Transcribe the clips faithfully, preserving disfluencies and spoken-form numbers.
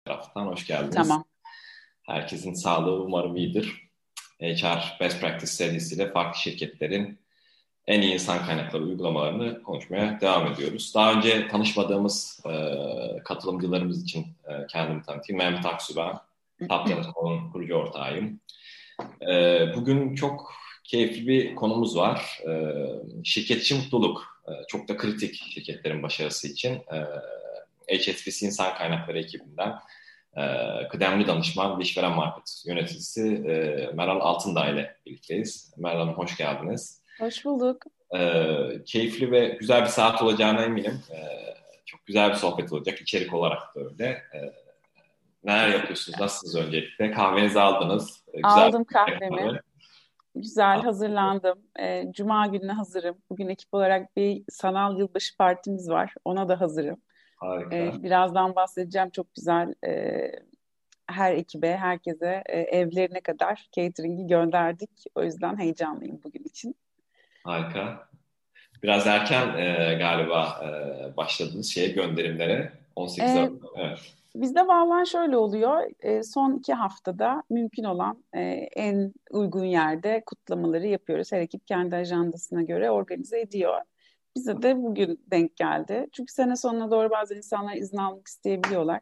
Taraftan hoş geldiniz. Tamam. Herkesin sağlığı umarım iyidir. H R Best Practice serisiyle farklı şirketlerin en iyi insan kaynakları uygulamalarını konuşmaya devam ediyoruz. Daha önce tanışmadığımız e, katılımcılarımız için e, kendimi tanıtayım. Mehmet Aksu ben. Tapyanıt'ın kurucu ortağıyım. E, bugün çok keyifli bir konumuz var. E, şirket içi mutluluk. E, çok da kritik şirketlerin başarısı için. E, H S B C İnsan Kaynakları ekibinden e, kıdemli danışman ve işveren market yöneticisi e, Meral Altındağ ile birlikteyiz. Meral Hanım hoş geldiniz. Hoş bulduk. E, keyifli ve güzel bir saat olacağına eminim. E, çok güzel bir sohbet olacak. İçerik olarak da öyle. E, neler yapıyorsunuz? Nasılsınız öncelikle? Kahvenizi aldınız. E, güzel Aldım bir kahvemi. kahve. Güzel hazırlandım. Ee, Cuma gününe hazırım. Bugün ekip olarak bir sanal yılbaşı partimiz var. Ona da hazırım. Ee, Harika. birazdan bahsedeceğim. Çok güzel. Ee, her ekibe, herkese e, evlerine kadar catering'i gönderdik. O yüzden heyecanlıyım bugün için. Harika. Biraz erken e, galiba e, başladığınız şeye gönderimlere. on sekiz Ee, Aralık. Evet. Bizde vallahi şöyle oluyor. E, son iki haftada mümkün olan e, en uygun yerde kutlamaları yapıyoruz. Her ekip kendi ajandasına göre organize ediyor. Bize de bugün denk geldi. Çünkü sene sonuna doğru bazı insanlar izin almak isteyebiliyorlar.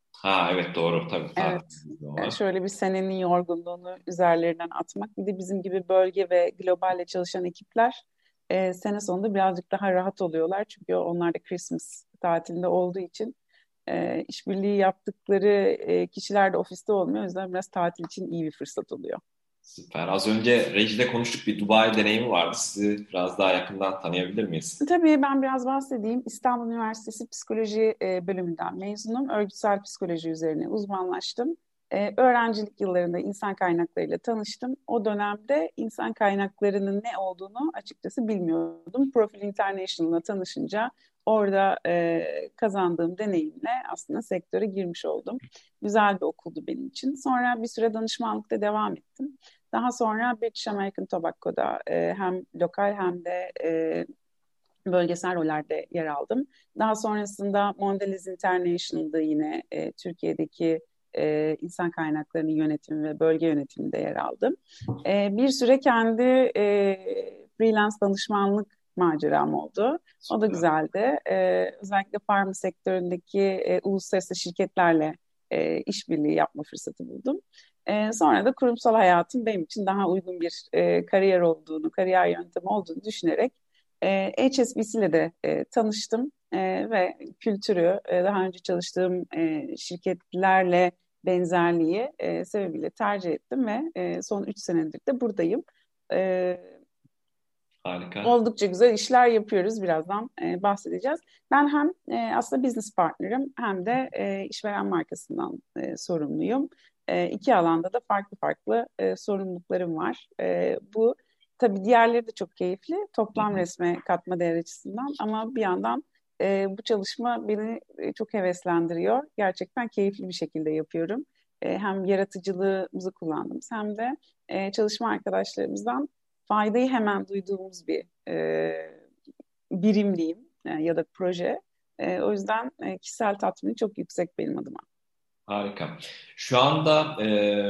Ha evet doğru tabii Evet, tatil e, var. şöyle bir senenin yorgunluğunu üzerlerinden atmak. Bir de bizim gibi bölge ve globalle çalışan ekipler e, sene sonunda birazcık daha rahat oluyorlar. Çünkü onlar da Christmas tatilinde olduğu için e, işbirliği yaptıkları e, kişiler de ofiste olmuyor. O yüzden biraz tatil için iyi bir fırsat oluyor. Süper. Az önce rejide konuştuk, bir Dubai deneyimi vardı. Sizi biraz daha yakından tanıyabilir miyiz? Tabii ben biraz bahsedeyim. İstanbul Üniversitesi Psikoloji e, bölümünden mezunum. Örgütsel psikoloji üzerine uzmanlaştım. E, öğrencilik yıllarında insan kaynaklarıyla tanıştım. O dönemde insan kaynaklarının ne olduğunu açıkçası bilmiyordum. Profil International'la tanışınca orada e, kazandığım deneyimle aslında sektöre girmiş oldum. Güzel bir okuldu benim için. Sonra bir süre danışmanlıkta devam ettim. Daha sonra British American Tobacco'da e, hem lokal hem de e, bölgesel rollerde yer aldım. Daha sonrasında Mondelez International'da yine e, Türkiye'deki e, insan kaynaklarının yönetimi ve bölge yönetiminde yer aldım. E, bir süre kendi e, freelance danışmanlık maceram oldu. O da Süper. güzeldi. E, özellikle farm sektöründeki e, uluslararası şirketlerle e, işbirliği yapma fırsatı buldum. E, sonra da kurumsal hayatın benim için daha uygun bir e, kariyer olduğunu, kariyer yöntemi olduğunu düşünerek e, H S B C ile de e, tanıştım e, ve kültürü e, daha önce çalıştığım e, şirketlerle benzerliği e, sebebiyle tercih ettim ve e, son üç senedir de buradayım. E, Harika. Oldukça güzel işler yapıyoruz. Birazdan e, bahsedeceğiz. Ben hem e, aslında business partner'ım hem de e, işveren markasından e, sorumluyum. E, iki alanda da farklı farklı e, sorumluluklarım var. E, bu tabii diğerleri de çok keyifli. Hı Toplam hı. resme katma değer açısından ama bir yandan e, bu çalışma beni e, çok heveslendiriyor. Gerçekten keyifli bir şekilde yapıyorum. E, hem yaratıcılığımızı kullandığımız hem de e, çalışma arkadaşlarımızdan faydayı hemen duyduğumuz bir e, birim yani ya da proje. E, o yüzden e, kişisel tatmini çok yüksek benim adıma. Harika. Şu anda e,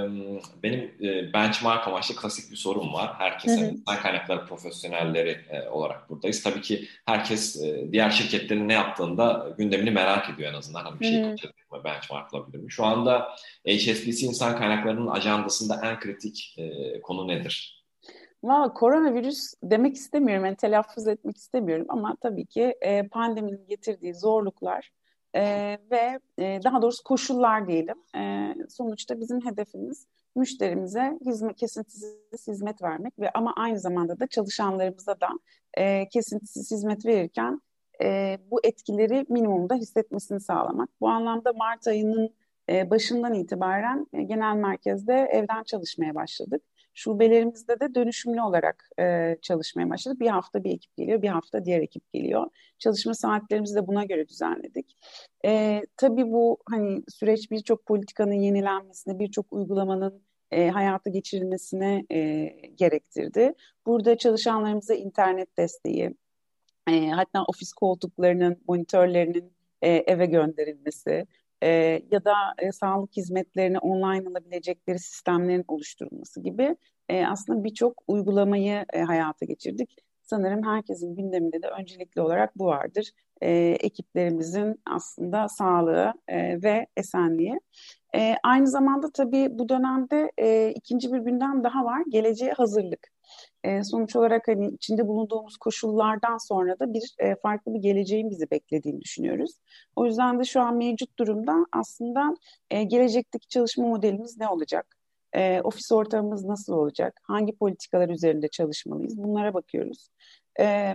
benim e, benchmark amaçlı klasik bir sorum var. Hı Herkes hani hı. insan kaynakları profesyonelleri e, olarak buradayız. Tabii ki herkes e, diğer şirketlerin ne yaptığında gündemini merak ediyor en azından. Hani bir Hı şey hı. kaçırdık mı, benchmarklanabilir mi? Şu anda H S B C insan kaynaklarının ajandasında en kritik e, konu nedir? Valla koronavirüs demek istemiyorum, yani telaffuz etmek istemiyorum ama tabii ki e, pandeminin getirdiği zorluklar e, ve e, daha doğrusu koşullar diyelim. E, sonuçta bizim hedefimiz müşterimize hizmet, kesintisiz hizmet vermek ve ama aynı zamanda da çalışanlarımıza da e, kesintisiz hizmet verirken e, bu etkileri minimumda hissetmesini sağlamak. Bu anlamda Mart ayının e, başından itibaren e, genel merkezde evden çalışmaya başladık. Şubelerimizde de dönüşümlü olarak e, çalışmaya başladık. Bir hafta bir ekip geliyor, bir hafta diğer ekip geliyor. Çalışma saatlerimizi de buna göre düzenledik. E, tabii bu hani süreç birçok politikanın yenilenmesine, birçok uygulamanın e, hayata geçirilmesine e, gerektirdi. Burada çalışanlarımıza internet desteği, e, hatta ofis koltuklarının, monitörlerinin e, eve gönderilmesi, e, ya da e, sağlık hizmetlerini online alabilecekleri sistemlerin oluşturulması gibi e, aslında birçok uygulamayı e, hayata geçirdik. Sanırım herkesin gündeminde de öncelikli olarak bu vardır. E, ekiplerimizin aslında sağlığı e, ve esenliği. E, aynı zamanda tabii bu dönemde e, ikinci bir gündem daha var. Geleceğe hazırlık. E, sonuç olarak hani içinde bulunduğumuz koşullardan sonra da bir e, farklı bir geleceğin bizi beklediğini düşünüyoruz. O yüzden de şu an mevcut durumda aslında e, gelecekteki çalışma modelimiz ne olacak? E, ofis ortamımız nasıl olacak? Hangi politikalar üzerinde çalışmalıyız? Bunlara bakıyoruz. E,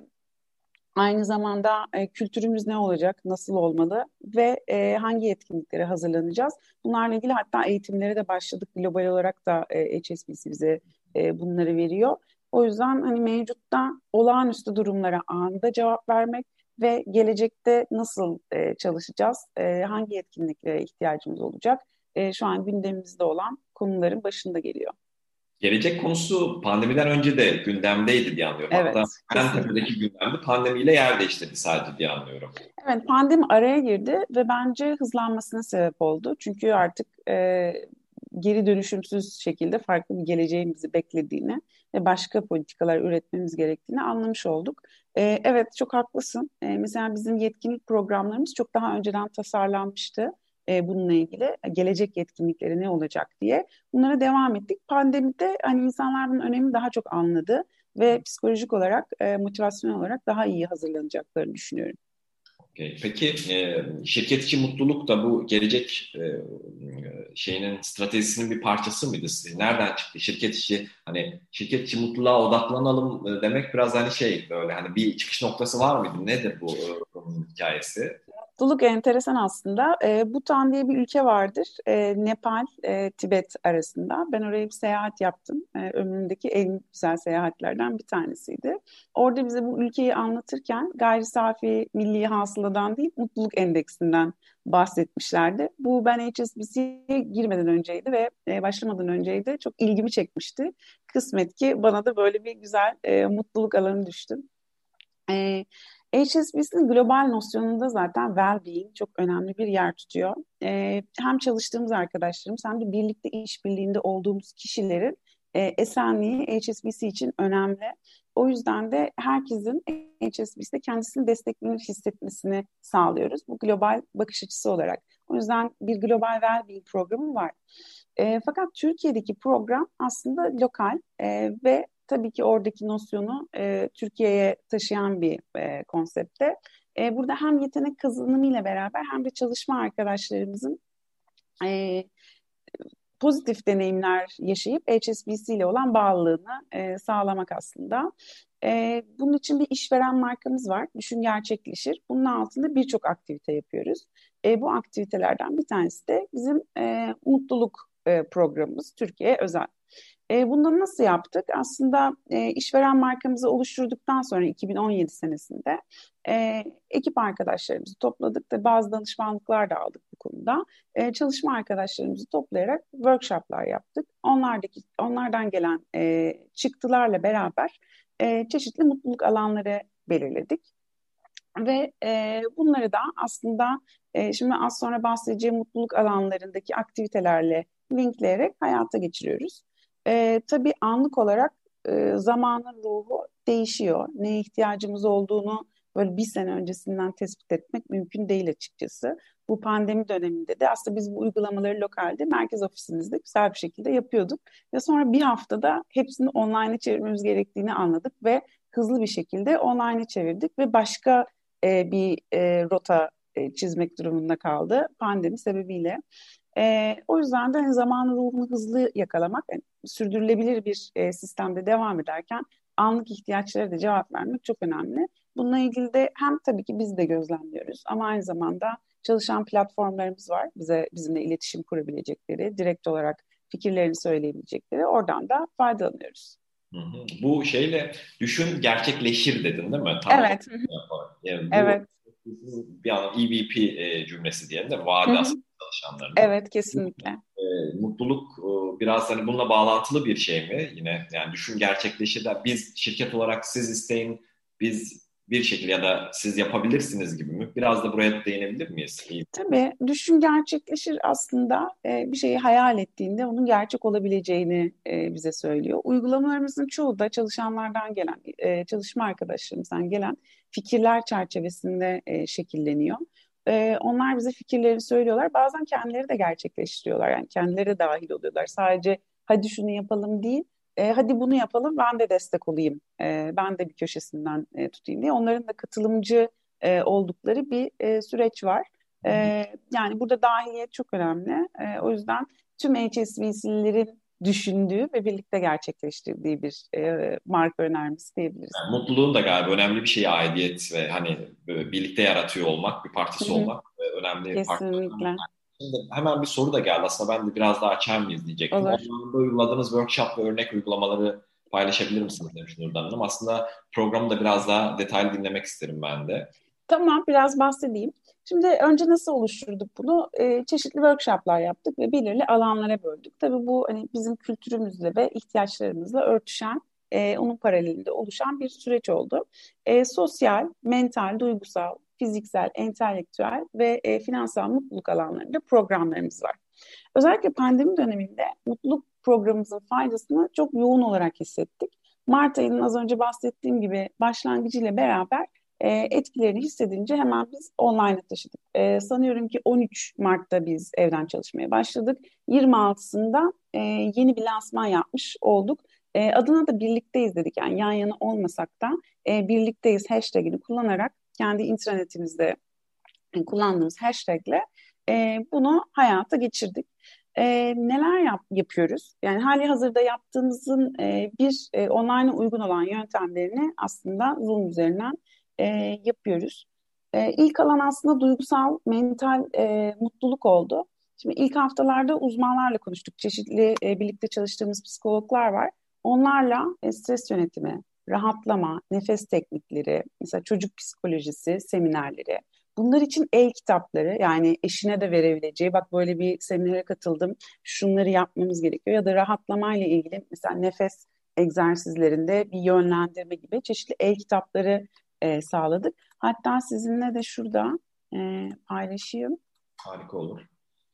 Aynı zamanda e, kültürümüz ne olacak, nasıl olmalı ve e, hangi etkinliklere hazırlanacağız? Bunlarla ilgili hatta eğitimlere de başladık. Global olarak da e, H S B C bize e, bunları veriyor. O yüzden hani mevcutta olağanüstü durumlara anında cevap vermek ve gelecekte nasıl e, çalışacağız, e, hangi etkinliklere ihtiyacımız olacak? E, şu an gündemimizde olan konuların başında geliyor. Gelecek konusu pandemiden önce de gündemdeydi diye anlıyorum. Hatta Evet, en kesinlikle. tepedeki gündemde pandemiyle yer değiştirdi sadece diye anlıyorum. Evet, pandemi araya girdi ve bence hızlanmasına sebep oldu. Çünkü artık e, geri dönüşümsüz şekilde farklı bir geleceğin bizi beklediğini ve başka politikalar üretmemiz gerektiğini anlamış olduk. E, evet, çok haklısın. E, mesela bizim yetkinlik programlarımız çok daha önceden tasarlanmıştı. E, bununla ilgili gelecek yetkinlikleri ne olacak diye. Bunlara devam ettik. Pandemide hani insanlar bunun önemini daha çok anladı ve psikolojik olarak, e, motivasyon olarak daha iyi hazırlanacaklarını düşünüyorum. Okey. Peki e, şirket içi mutluluk da bu gelecek e, şeyinin stratejisinin bir parçası mıydı sizce? Nereden çıktı? Şirket içi hani şirket içi mutluluğa odaklanalım e, demek biraz hani şey böyle hani bir çıkış noktası var mıydı? Nedir bu e, bunun hikayesi? Mutluluk enteresan aslında. E, Bhutan diye bir ülke vardır. E, Nepal, e, Tibet arasında. Ben oraya bir seyahat yaptım. E, ömrümdeki en güzel seyahatlerden bir tanesiydi. Orada bize bu ülkeyi anlatırken gayri safi milli hasıladan değil, mutluluk endeksinden bahsetmişlerdi. Bu ben H S B C'ye girmeden önceydi ve e, başlamadan önceydi. Çok ilgimi çekmişti. Kısmet ki bana da böyle bir güzel e, mutluluk alanı düştü. E, H S B C'nin global nosyonunda zaten well-being çok önemli bir yer tutuyor. E, hem çalıştığımız arkadaşlarımız hem de birlikte işbirliğinde olduğumuz kişilerin e, esenliği H S B C için önemli. O yüzden de herkesin H S B C'de kendisini desteklenir hissetmesini sağlıyoruz. Bu global bakış açısı olarak. O yüzden bir global well-being programı var. E, fakat Türkiye'deki program aslında lokal e, ve tabii ki oradaki nosyonu e, Türkiye'ye taşıyan bir e, konsepte. E, burada hem yetenek kazanımıyla beraber hem de çalışma arkadaşlarımızın e, pozitif deneyimler yaşayıp H S B C ile olan bağlılığını e, sağlamak aslında. E, bunun için bir işveren markamız var. Düşün gerçekleşir. Bunun altında birçok aktivite yapıyoruz. E, bu aktivitelerden bir tanesi de bizim e, mutluluk e, programımız Türkiye'ye özel. E, bunu nasıl yaptık? Aslında e, işveren markamızı oluşturduktan sonra iki bin on yedi senesinde e, ekip arkadaşlarımızı topladık da bazı danışmanlıklar da aldık bu konuda. E, çalışma arkadaşlarımızı toplayarak workshoplar yaptık. Onlardaki onlardan gelen e, çıktılarla beraber e, çeşitli mutluluk alanları belirledik. Ve e, bunları da aslında e, şimdi az sonra bahsedeceğim mutluluk alanlarındaki aktivitelerle linkleyerek hayata geçiriyoruz. E, tabii anlık olarak e, zamanın ruhu değişiyor. Neye ihtiyacımız olduğunu böyle bir sene öncesinden tespit etmek mümkün değil açıkçası. Bu pandemi döneminde de aslında biz bu uygulamaları lokalde merkez ofisimizde güzel bir şekilde yapıyorduk. Ve sonra bir haftada hepsini online'a çevirmemiz gerektiğini anladık ve hızlı bir şekilde online'a çevirdik ve başka e, bir e, rota e, çizmek durumunda kaldı pandemi sebebiyle. E, o yüzden de hani zamanın ruhunu hızlı yakalamak, yani sürdürülebilir bir e, sistemde devam ederken anlık ihtiyaçlara da cevap vermek çok önemli. Bununla ilgili de hem tabii ki biz de gözlemliyoruz ama aynı zamanda çalışan platformlarımız var. Bize bizimle iletişim kurabilecekleri, direkt olarak fikirlerini söyleyebilecekleri. Oradan da faydalanıyoruz. Hı hı. Bu şeyle düşün gerçekleşir dedin değil mi? Tam olarak Evet, yapar. Yani bu evet. bir an E V P e, cümlesi diyelim de Hı vaadi hı. aslında çalışanlarına. Evet, kesinlikle. E, mutluluk e, biraz hani bununla bağlantılı bir şey mi? Yine yani düşün gerçekleşir de biz şirket olarak siz isteyin, biz bir şekilde ya da siz yapabilirsiniz gibi mi? Biraz da buraya değinebilir miyiz? Tabii düşün gerçekleşir aslında. Ee, bir şeyi hayal ettiğinde onun gerçek olabileceğini e, bize söylüyor. Uygulamalarımızın çoğu da çalışanlardan gelen, e, çalışma arkadaşlarımızdan gelen fikirler çerçevesinde e, şekilleniyor. E, onlar bize fikirlerini söylüyorlar. Bazen kendileri de gerçekleştiriyorlar. Yani kendileri de dahil oluyorlar. Sadece hadi şunu yapalım değil. E, hadi bunu yapalım, ben de destek olayım. E, ben de bir köşesinden e, tutayım diye. Onların da katılımcı e, oldukları bir e, süreç var. Ee, yani burada dahiliyet çok önemli. Ee, o yüzden tüm H S B C'lilerin düşündüğü ve birlikte gerçekleştirdiği bir e, marka önermesi diyebiliriz. Yani mutluluğun da galiba önemli bir şeye aidiyet ve hani böyle birlikte yaratıyor olmak, bir Hı partisi hı, olmak e, önemli faktörlerden. kesinlikle. Şimdi hemen bir soru da geldi. Aslında ben de biraz daha açar mıyız diyecektim. Olur. Onlarda uyguladığınız workshop ve örnek uygulamaları paylaşabilir misiniz demiş Nurdan Hanım. Aslında programı da biraz daha detaylı dinlemek isterim ben de. Tamam, biraz bahsedeyim. Şimdi önce nasıl oluşturduk bunu? Ee, çeşitli workshoplar yaptık ve belirli alanlara böldük. Tabii bu hani bizim kültürümüzle ve ihtiyaçlarımızla örtüşen, e, onun paralelinde oluşan bir süreç oldu. E, sosyal, mental, duygusal, fiziksel, entelektüel ve e, finansal mutluluk alanlarında programlarımız var. Özellikle pandemi döneminde mutluluk programımızın faydasını çok yoğun olarak hissettik. Mart ayının az önce bahsettiğim gibi başlangıcıyla beraber e, etkilerini hissedince hemen biz online'a taşıdık. E, sanıyorum ki on üç Mart'ta biz evden çalışmaya başladık. yirmi altısında e, yeni bir lansman yapmış olduk. E, adına da birlikteyiz dedik. Yani yan yana olmasak da e, birlikteyiz hashtagini kullanarak kendi intranetimizde kullandığımız hashtagle e, bunu hayata geçirdik. E, neler yap, yapıyoruz? Yani hali hazırda yaptığımızın e, bir e, online'a uygun olan yöntemlerini aslında Zoom üzerinden e, yapıyoruz. E, ilk alan aslında duygusal, mental e, mutluluk oldu. Şimdi ilk haftalarda uzmanlarla konuştuk. Çeşitli e, birlikte çalıştığımız psikologlar var. Onlarla e, stres yönetimi, rahatlama, nefes teknikleri, mesela çocuk psikolojisi seminerleri, bunlar için el kitapları, yani eşine de verebileceği, bak böyle bir seminere katıldım, şunları yapmamız gerekiyor, ya da rahatlamayla ilgili mesela nefes egzersizlerinde bir yönlendirme gibi çeşitli el kitapları e, sağladık. Hatta sizinle de şurada e, paylaşayım. Harika olur.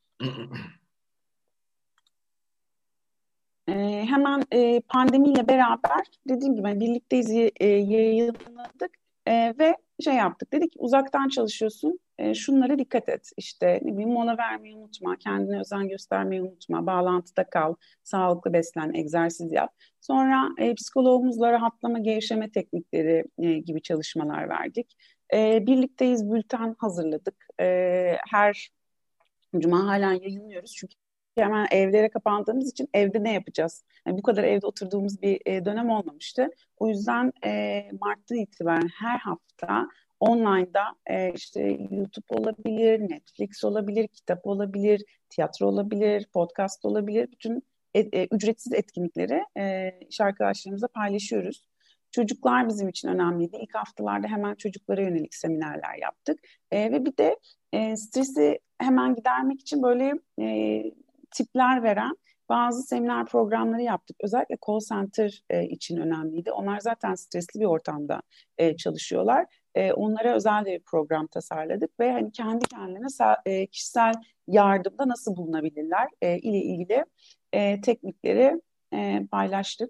E, hemen e, pandemiyle beraber dediğim gibi hani birlikteyiz e, yayınladık e, ve şey yaptık. Dedik ki uzaktan çalışıyorsun. E, şunlara dikkat et. İşte ne bileyim mola vermeyi unutma. Kendine özen göstermeyi unutma. Bağlantıda kal. Sağlıklı beslen. Egzersiz yap. Sonra e, psikologumuzla rahatlama, gevşeme teknikleri e, gibi çalışmalar verdik. E, birlikteyiz bülten hazırladık. E, her Cuma halen yayınlıyoruz çünkü hemen evlere kapandığımız için evde ne yapacağız? Yani bu kadar evde oturduğumuz bir e, dönem olmamıştı. O yüzden e, Mart'tan itibaren her hafta online'da e, işte YouTube olabilir, Netflix olabilir, kitap olabilir, tiyatro olabilir, podcast olabilir. Bütün e, e, ücretsiz etkinlikleri e, iş arkadaşlarımızla paylaşıyoruz. Çocuklar bizim için önemliydi. İlk haftalarda hemen çocuklara yönelik seminerler yaptık. E, ve bir de e, stresi hemen gidermek için böyle e, tipler veren bazı seminer programları yaptık. Özellikle call center e, için önemliydi. Onlar zaten stresli bir ortamda e, çalışıyorlar. E, onlara özel bir program tasarladık ve hani kendi kendine e, kişisel yardımda nasıl bulunabilirler e, ile ilgili e, teknikleri e, paylaştık.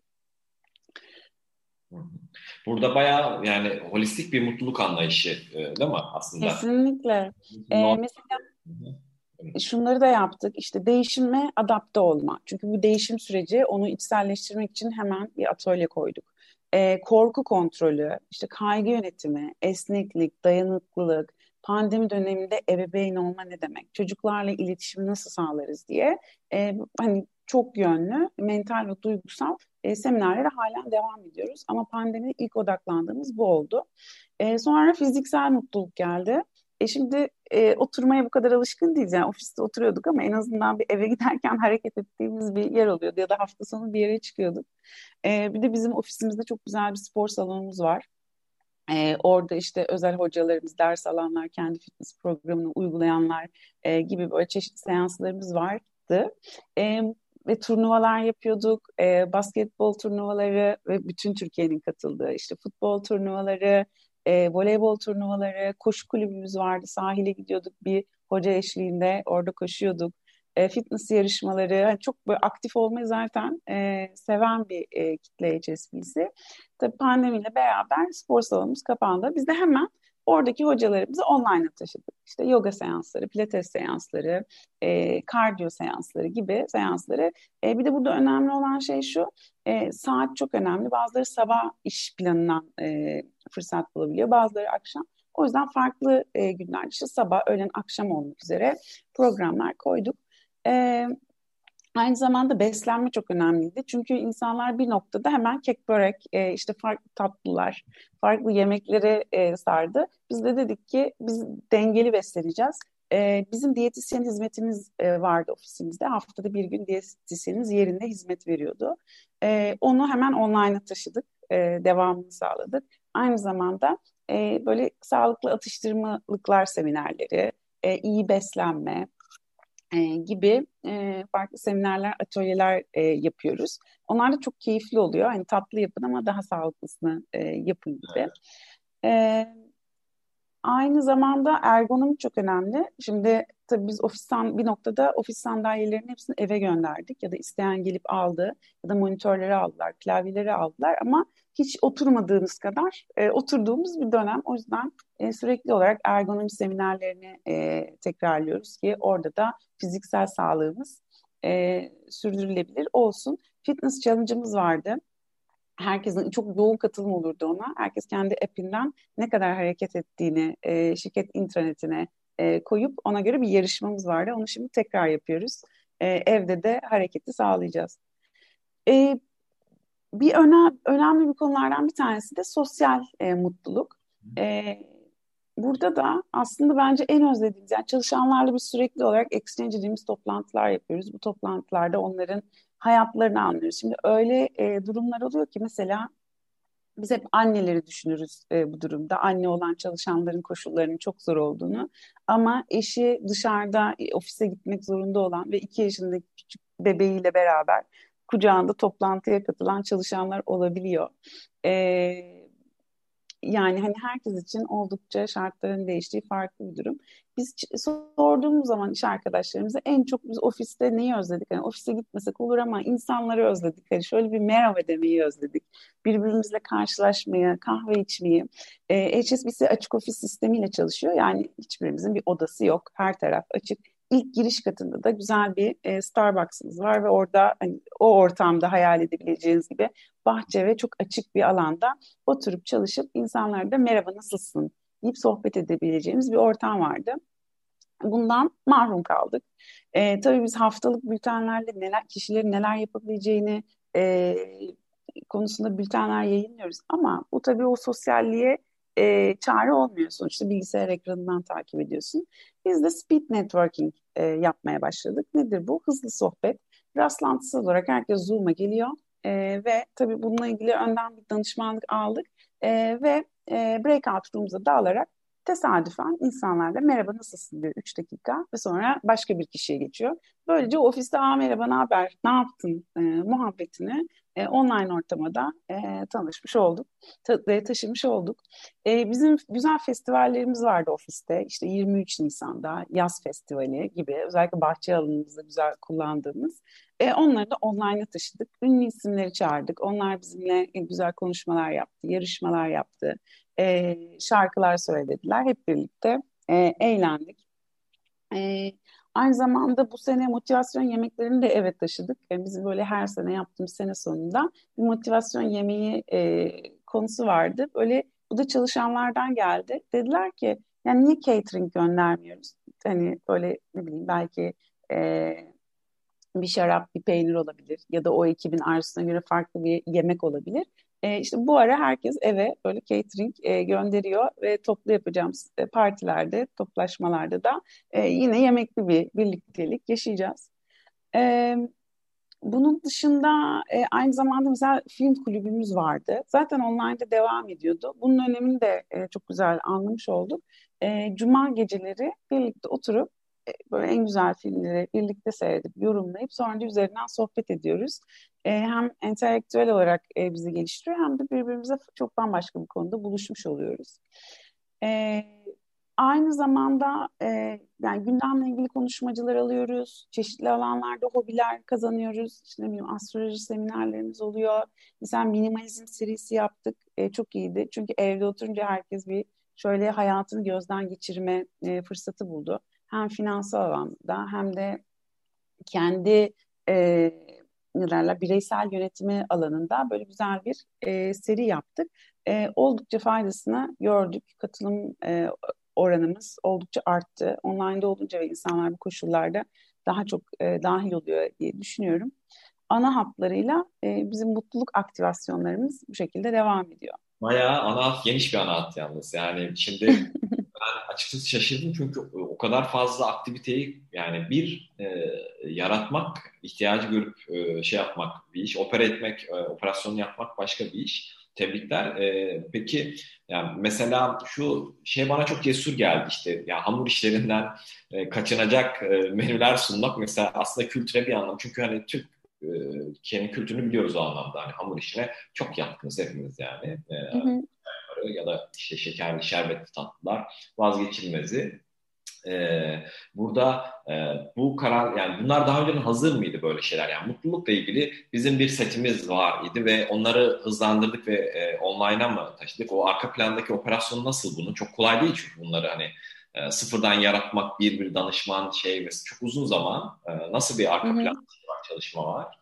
Burada bayağı yani holistik bir mutluluk anlayışı e, değil mi aslında? Kesinlikle. E, No- mesela şunları da yaptık. İşte değişime adapte olma. Çünkü bu değişim süreci, onu içselleştirmek için hemen bir atölye koyduk. Ee, korku kontrolü, işte kaygı yönetimi, esneklik, dayanıklılık, pandemi döneminde ebeveyn olma ne demek? Çocuklarla iletişimi nasıl sağlarız diye e, hani çok yönlü mental ve duygusal e, seminerlere halen devam ediyoruz. Ama pandemide ilk odaklandığımız bu oldu. E, sonra fiziksel mutluluk geldi. E şimdi e, oturmaya bu kadar alışkın değiliz. Yani ofiste oturuyorduk ama en azından bir eve giderken hareket ettiğimiz bir yer oluyordu. Ya da hafta sonu bir yere çıkıyorduk. E, bir de bizim ofisimizde çok güzel bir spor salonumuz var. E, orada işte özel hocalarımız, ders alanlar, kendi fitness programını uygulayanlar e, gibi böyle çeşitli seanslarımız vardı. E, ve turnuvalar yapıyorduk. E, basketbol turnuvaları ve bütün Türkiye'nin katıldığı işte futbol turnuvaları, e, voleybol turnuvaları, koşu kulübümüz vardı. Sahile gidiyorduk bir hoca eşliğinde, orada koşuyorduk. E, fitness yarışmaları, yani çok böyle aktif olmayı zaten e, seven bir e, kitle H S B C. Tabii pandemiyle beraber spor salonumuz kapandı. Biz de hemen oradaki hocalarımızı online'a taşıdık. İşte yoga seansları, pilates seansları, e, kardiyo seansları gibi seansları. E, bir de burada önemli olan şey şu, e, saat çok önemli. Bazıları sabah iş planından e, fırsat bulabiliyor, bazıları akşam. O yüzden farklı e, günler, işte sabah, öğlen, akşam olmak üzere programlar koyduk. E, Aynı zamanda beslenme çok önemliydi. Çünkü insanlar bir noktada hemen kek börek, e, işte farklı tatlılar, farklı yemekleri e, sardı. Biz de dedik ki biz dengeli besleneceğiz. E, bizim diyetisyen hizmetimiz e, vardı ofisimizde. Haftada bir gün diyetisyenimiz yerinde hizmet veriyordu. E, onu hemen online'a taşıdık, e, devamını sağladık. Aynı zamanda e, böyle sağlıklı atıştırmalıklar seminerleri, e, iyi beslenme, e, gibi e, farklı seminerler, atölyeler e, yapıyoruz. Onlar da çok keyifli oluyor. Hani tatlı yapın ama daha sağlıklısını e, yapın gibi. E, Aynı zamanda ergonomi çok önemli. Şimdi tabii biz ofisten bir noktada ofis sandalyelerinin hepsini eve gönderdik ya da isteyen gelip aldı ya da monitörleri aldılar, klavyeleri aldılar ama hiç oturmadığımız kadar e, oturduğumuz bir dönem. O yüzden e, sürekli olarak ergonomi seminerlerini e, tekrarlıyoruz ki orada da fiziksel sağlığımız e, sürdürülebilir olsun. Fitness challenge'ımız vardı. Herkesin çok yoğun katılım olurdu ona. Herkes kendi app'inden ne kadar hareket ettiğini e, şirket intranetine e, koyup ona göre bir yarışmamız vardı. Onu şimdi tekrar yapıyoruz. E, evde de hareketi sağlayacağız. E, Bir önem, önemli bir konulardan bir tanesi de sosyal e, mutluluk. E, Burada da aslında bence en özlediğimiz, yani çalışanlarla biz sürekli olarak exchange dediğimiz toplantılar yapıyoruz. Bu toplantılarda onların hayatlarını anlıyoruz. Şimdi öyle e, durumlar oluyor ki mesela biz hep anneleri düşünürüz e, bu durumda. Anne olan çalışanların koşullarının çok zor olduğunu. Ama eşi dışarıda e, ofise gitmek zorunda olan ve iki yaşındaki küçük bebeğiyle beraber kucağında toplantıya katılan çalışanlar olabiliyor. E, Yani hani herkes için oldukça şartların değiştiği farklı bir durum. Biz ç- sorduğumuz zaman iş arkadaşlarımıza en çok biz ofiste neyi özledik? Hani ofise gitmesek olur ama insanları özledik. Hani şöyle bir merhaba demeyi özledik. Birbirimizle karşılaşmayı, kahve içmeyi. Ee, H S B C açık ofis sistemiyle çalışıyor. Yani hiçbirimizin bir odası yok. Her taraf açık. İlk giriş katında da güzel bir e, Starbucks'ımız var ve orada hani, o ortamda hayal edebileceğiniz gibi bahçe ve çok açık bir alanda oturup çalışıp insanlara da merhaba nasılsın deyip sohbet edebileceğimiz bir ortam vardı. Bundan mahrum kaldık. Ee, tabii biz haftalık bültenlerle neler, kişilerin neler yapabileceğini e, konusunda bültenler yayınlıyoruz. Ama bu tabii o sosyalliğe e, çare olmuyor. Sonuçta bilgisayar ekranından takip ediyorsun. Biz de speed networking e, yapmaya başladık. Nedir bu? Hızlı sohbet. Rastlantısız olarak herkes Zoom'a geliyor. E, ve tabii bununla ilgili önden bir danışmanlık aldık. E, ve e, breakout room'umuza dağılarak tesadüfen insanlarla merhaba nasılsın diyor üç dakika ve sonra başka bir kişiye geçiyor. Böylece ofiste aa merhaba ne haber ne yaptın e, muhabbetini e, online ortamda da e, tanışmış olduk, ta- ve taşımış olduk. E, bizim güzel festivallerimiz vardı ofiste. İşte yirmi üç Nisan'da yaz festivali gibi özellikle bahçe alanımızda güzel kullandığımız. E, onları da online'a taşıdık. Ünlü isimleri çağırdık. Onlar bizimle e, güzel konuşmalar yaptı, yarışmalar yaptı, e, şarkılar söylediler. Hep birlikte e, eğlendik. E, Aynı zamanda bu sene motivasyon yemeklerini de eve taşıdık. Yani bizim böyle her sene yaptığımız sene sonunda bir motivasyon yemeği e, konusu vardı. Böyle bu da çalışanlardan geldi. Dediler ki yani niye catering göndermiyoruz? Hani böyle ne bileyim belki e, bir şarap, bir peynir olabilir ya da o ekibin arzusuna göre farklı bir yemek olabilir. E, işte bu ara herkes eve böyle catering e, gönderiyor ve toplu yapacağımız e, partilerde, toplaşmalarda da e, yine yemekli bir birliktelik yaşayacağız. E, Bunun dışında e, aynı zamanda mesela film kulübümüz vardı. Zaten online'da devam ediyordu. Bunun önemini de e, çok güzel anlamış olduk. E, Cuma geceleri birlikte oturup böyle en güzel filmleri birlikte seyredip yorumlayıp sonra da üzerinden sohbet ediyoruz. E, hem entelektüel olarak e, bizi geliştiriyor hem de birbirimize çok bambaşka bir konuda buluşmuş oluyoruz. E, Aynı zamanda e, yani gündemle ilgili konuşmacılar alıyoruz. Çeşitli alanlarda hobiler kazanıyoruz. İşte ne bileyim astroloji seminerlerimiz oluyor. Mesela minimalizm serisi yaptık. E, çok iyiydi. Çünkü evde oturunca herkes bir şöyle hayatını gözden geçirme e, fırsatı buldu. Hem finansal alanda hem de kendi e, ne derler bireysel yönetimi alanında böyle güzel bir e, seri yaptık. E, oldukça faydasını gördük. Katılım e, oranımız oldukça arttı. Online'da olunca ve insanlar bu koşullarda daha çok e, dahil oluyor diye düşünüyorum. Ana hatlarıyla e, bizim mutluluk aktivasyonlarımız bu şekilde devam ediyor. Bayağı ana hat, geniş bir ana hat yalnız. Yani şimdi ben açıkçası şaşırdım çünkü o kadar fazla aktiviteyi yani bir e, yaratmak, ihtiyacı görüp e, şey yapmak bir iş, opera etmek, e, operasyonu yapmak başka bir iş. Tebrikler. E, peki yani mesela şu şey bana çok cesur geldi işte ya hamur işlerinden e, kaçınacak e, menüler sunmak mesela aslında kültüre bir anlam. Çünkü hani Türk e, kendi kültürünü biliyoruz o anlamda. Hani hamur işine çok yatkınız hepimiz yani. E, Hı hı. ya da işte şekerli, şerbetli tatlılar vazgeçilmezi. Ee, burada e, bu karar yani bunlar daha önce hazır mıydı böyle şeyler yani mutlulukla ilgili bizim bir setimiz var idi ve onları hızlandırdık ve e, online'a mı taşıdık? O arka plandaki operasyon nasıl bunun? Çok kolay değil çünkü bunları hani e, sıfırdan yaratmak bir bir danışman şey ve çok uzun zaman e, nasıl bir Hı arka plan hı. çalışma var?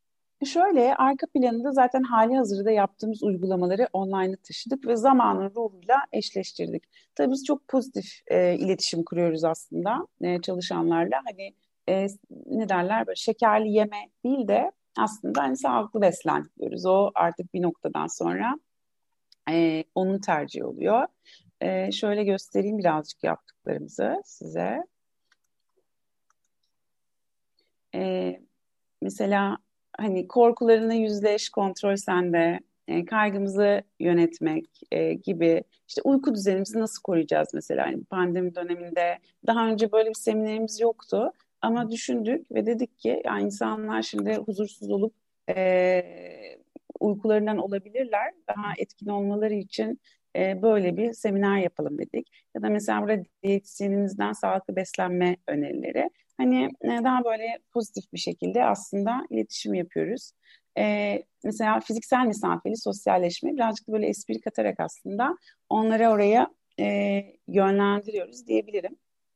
Şöyle arka planında zaten hali hazırda yaptığımız uygulamaları online'a taşıdık ve zamanın ruhuyla eşleştirdik. Tabii biz çok pozitif e, iletişim kuruyoruz aslında e, çalışanlarla. Hani e, ne derler böyle şekerli yeme değil de aslında hani sağlıklı beslen diyoruz. O artık bir noktadan sonra e, onun tercihi oluyor. E, şöyle göstereyim birazcık yaptıklarımızı size. E, Mesela hani korkularına yüzleş, kontrol sende, e, kaygımızı yönetmek e, gibi işte uyku düzenimizi nasıl koruyacağız mesela hani pandemi döneminde daha önce böyle bir seminerimiz yoktu ama düşündük ve dedik ki ya insanlar şimdi huzursuz olup e, uykularından olabilirler daha etkin olmaları için e, böyle bir seminer yapalım dedik ya da mesela burada diyetisyeninizden sağlıklı beslenme önerileri. Hani e, daha böyle pozitif bir şekilde aslında iletişim yapıyoruz. E, mesela fiziksel mesafeli sosyalleşme birazcık da böyle espri katarak aslında onları oraya e, yönlendiriyoruz diyebilirim.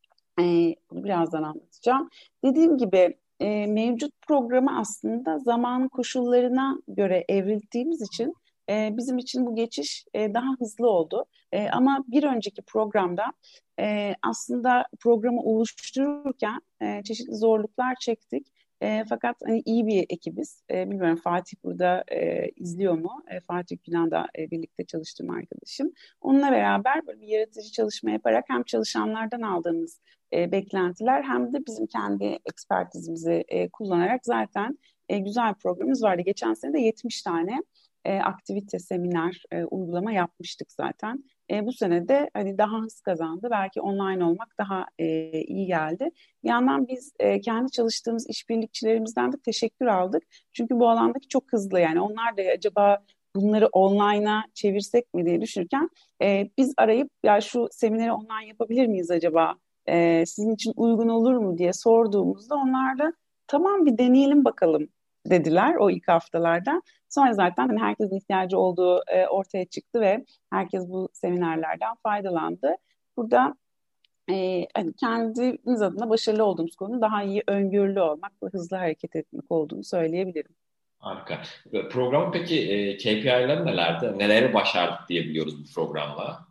E, bunu birazdan anlatacağım. Dediğim gibi e, mevcut programı aslında zamanın koşullarına göre evrildiğimiz için e, bizim için bu geçiş e, daha hızlı oldu. E, ama bir önceki programda e, aslında programı oluştururken e, çeşitli zorluklar çektik. E, fakat hani iyi bir ekibiz. E, bilmiyorum Fatih burada e, izliyor mu? E, Fatih Günan'da e, birlikte çalıştığım arkadaşım. Onunla beraber böyle bir yaratıcı çalışma yaparak hem çalışanlardan aldığımız e, beklentiler hem de bizim kendi ekspertizimizi e, kullanarak zaten e, güzel bir programımız vardı. Geçen sene de yetmiş tane e, aktivite, seminer, e, uygulama yapmıştık zaten. E, bu sene de hani daha hız kazandı. Belki online olmak daha e, iyi geldi. Bir yandan biz e, kendi çalıştığımız işbirlikçilerimizden de teşekkür aldık. Çünkü bu alandaki çok hızlı yani onlar da acaba bunları online'a çevirsek mi diye düşünürken e, biz arayıp ya şu semineri online yapabilir miyiz acaba? E, sizin için uygun olur mu diye sorduğumuzda onlar da tamam bir deneyelim bakalım dediler o ilk haftalarda. Sonra zaten hani herkesin ihtiyacı olduğu e, ortaya çıktı ve herkes bu seminerlerden faydalandı. Burada e, hani kendimiz adına başarılı olduğumuz konu daha iyi öngörülü olmak ve hızlı hareket etmek olduğunu söyleyebilirim. Harika. Programın peki e, K P I'ler nelerdi? Neleri başardık diyebiliyoruz bu programla?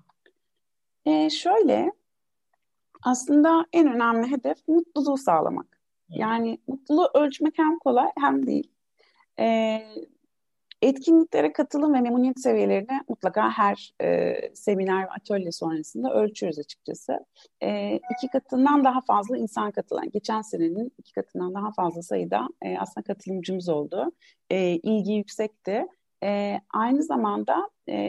E, şöyle aslında en önemli hedef mutluluğu sağlamak. Yani mutluluğu ölçmek hem kolay hem değil. E, Etkinliklere katılım ve memnuniyet seviyelerini mutlaka her e, seminer ve atölye sonrasında ölçüyoruz açıkçası. E, iki katından daha fazla insan katılan, geçen senenin iki katından daha fazla sayıda e, aslında katılımcımız oldu. E, ilgi yüksekti. E, aynı zamanda e,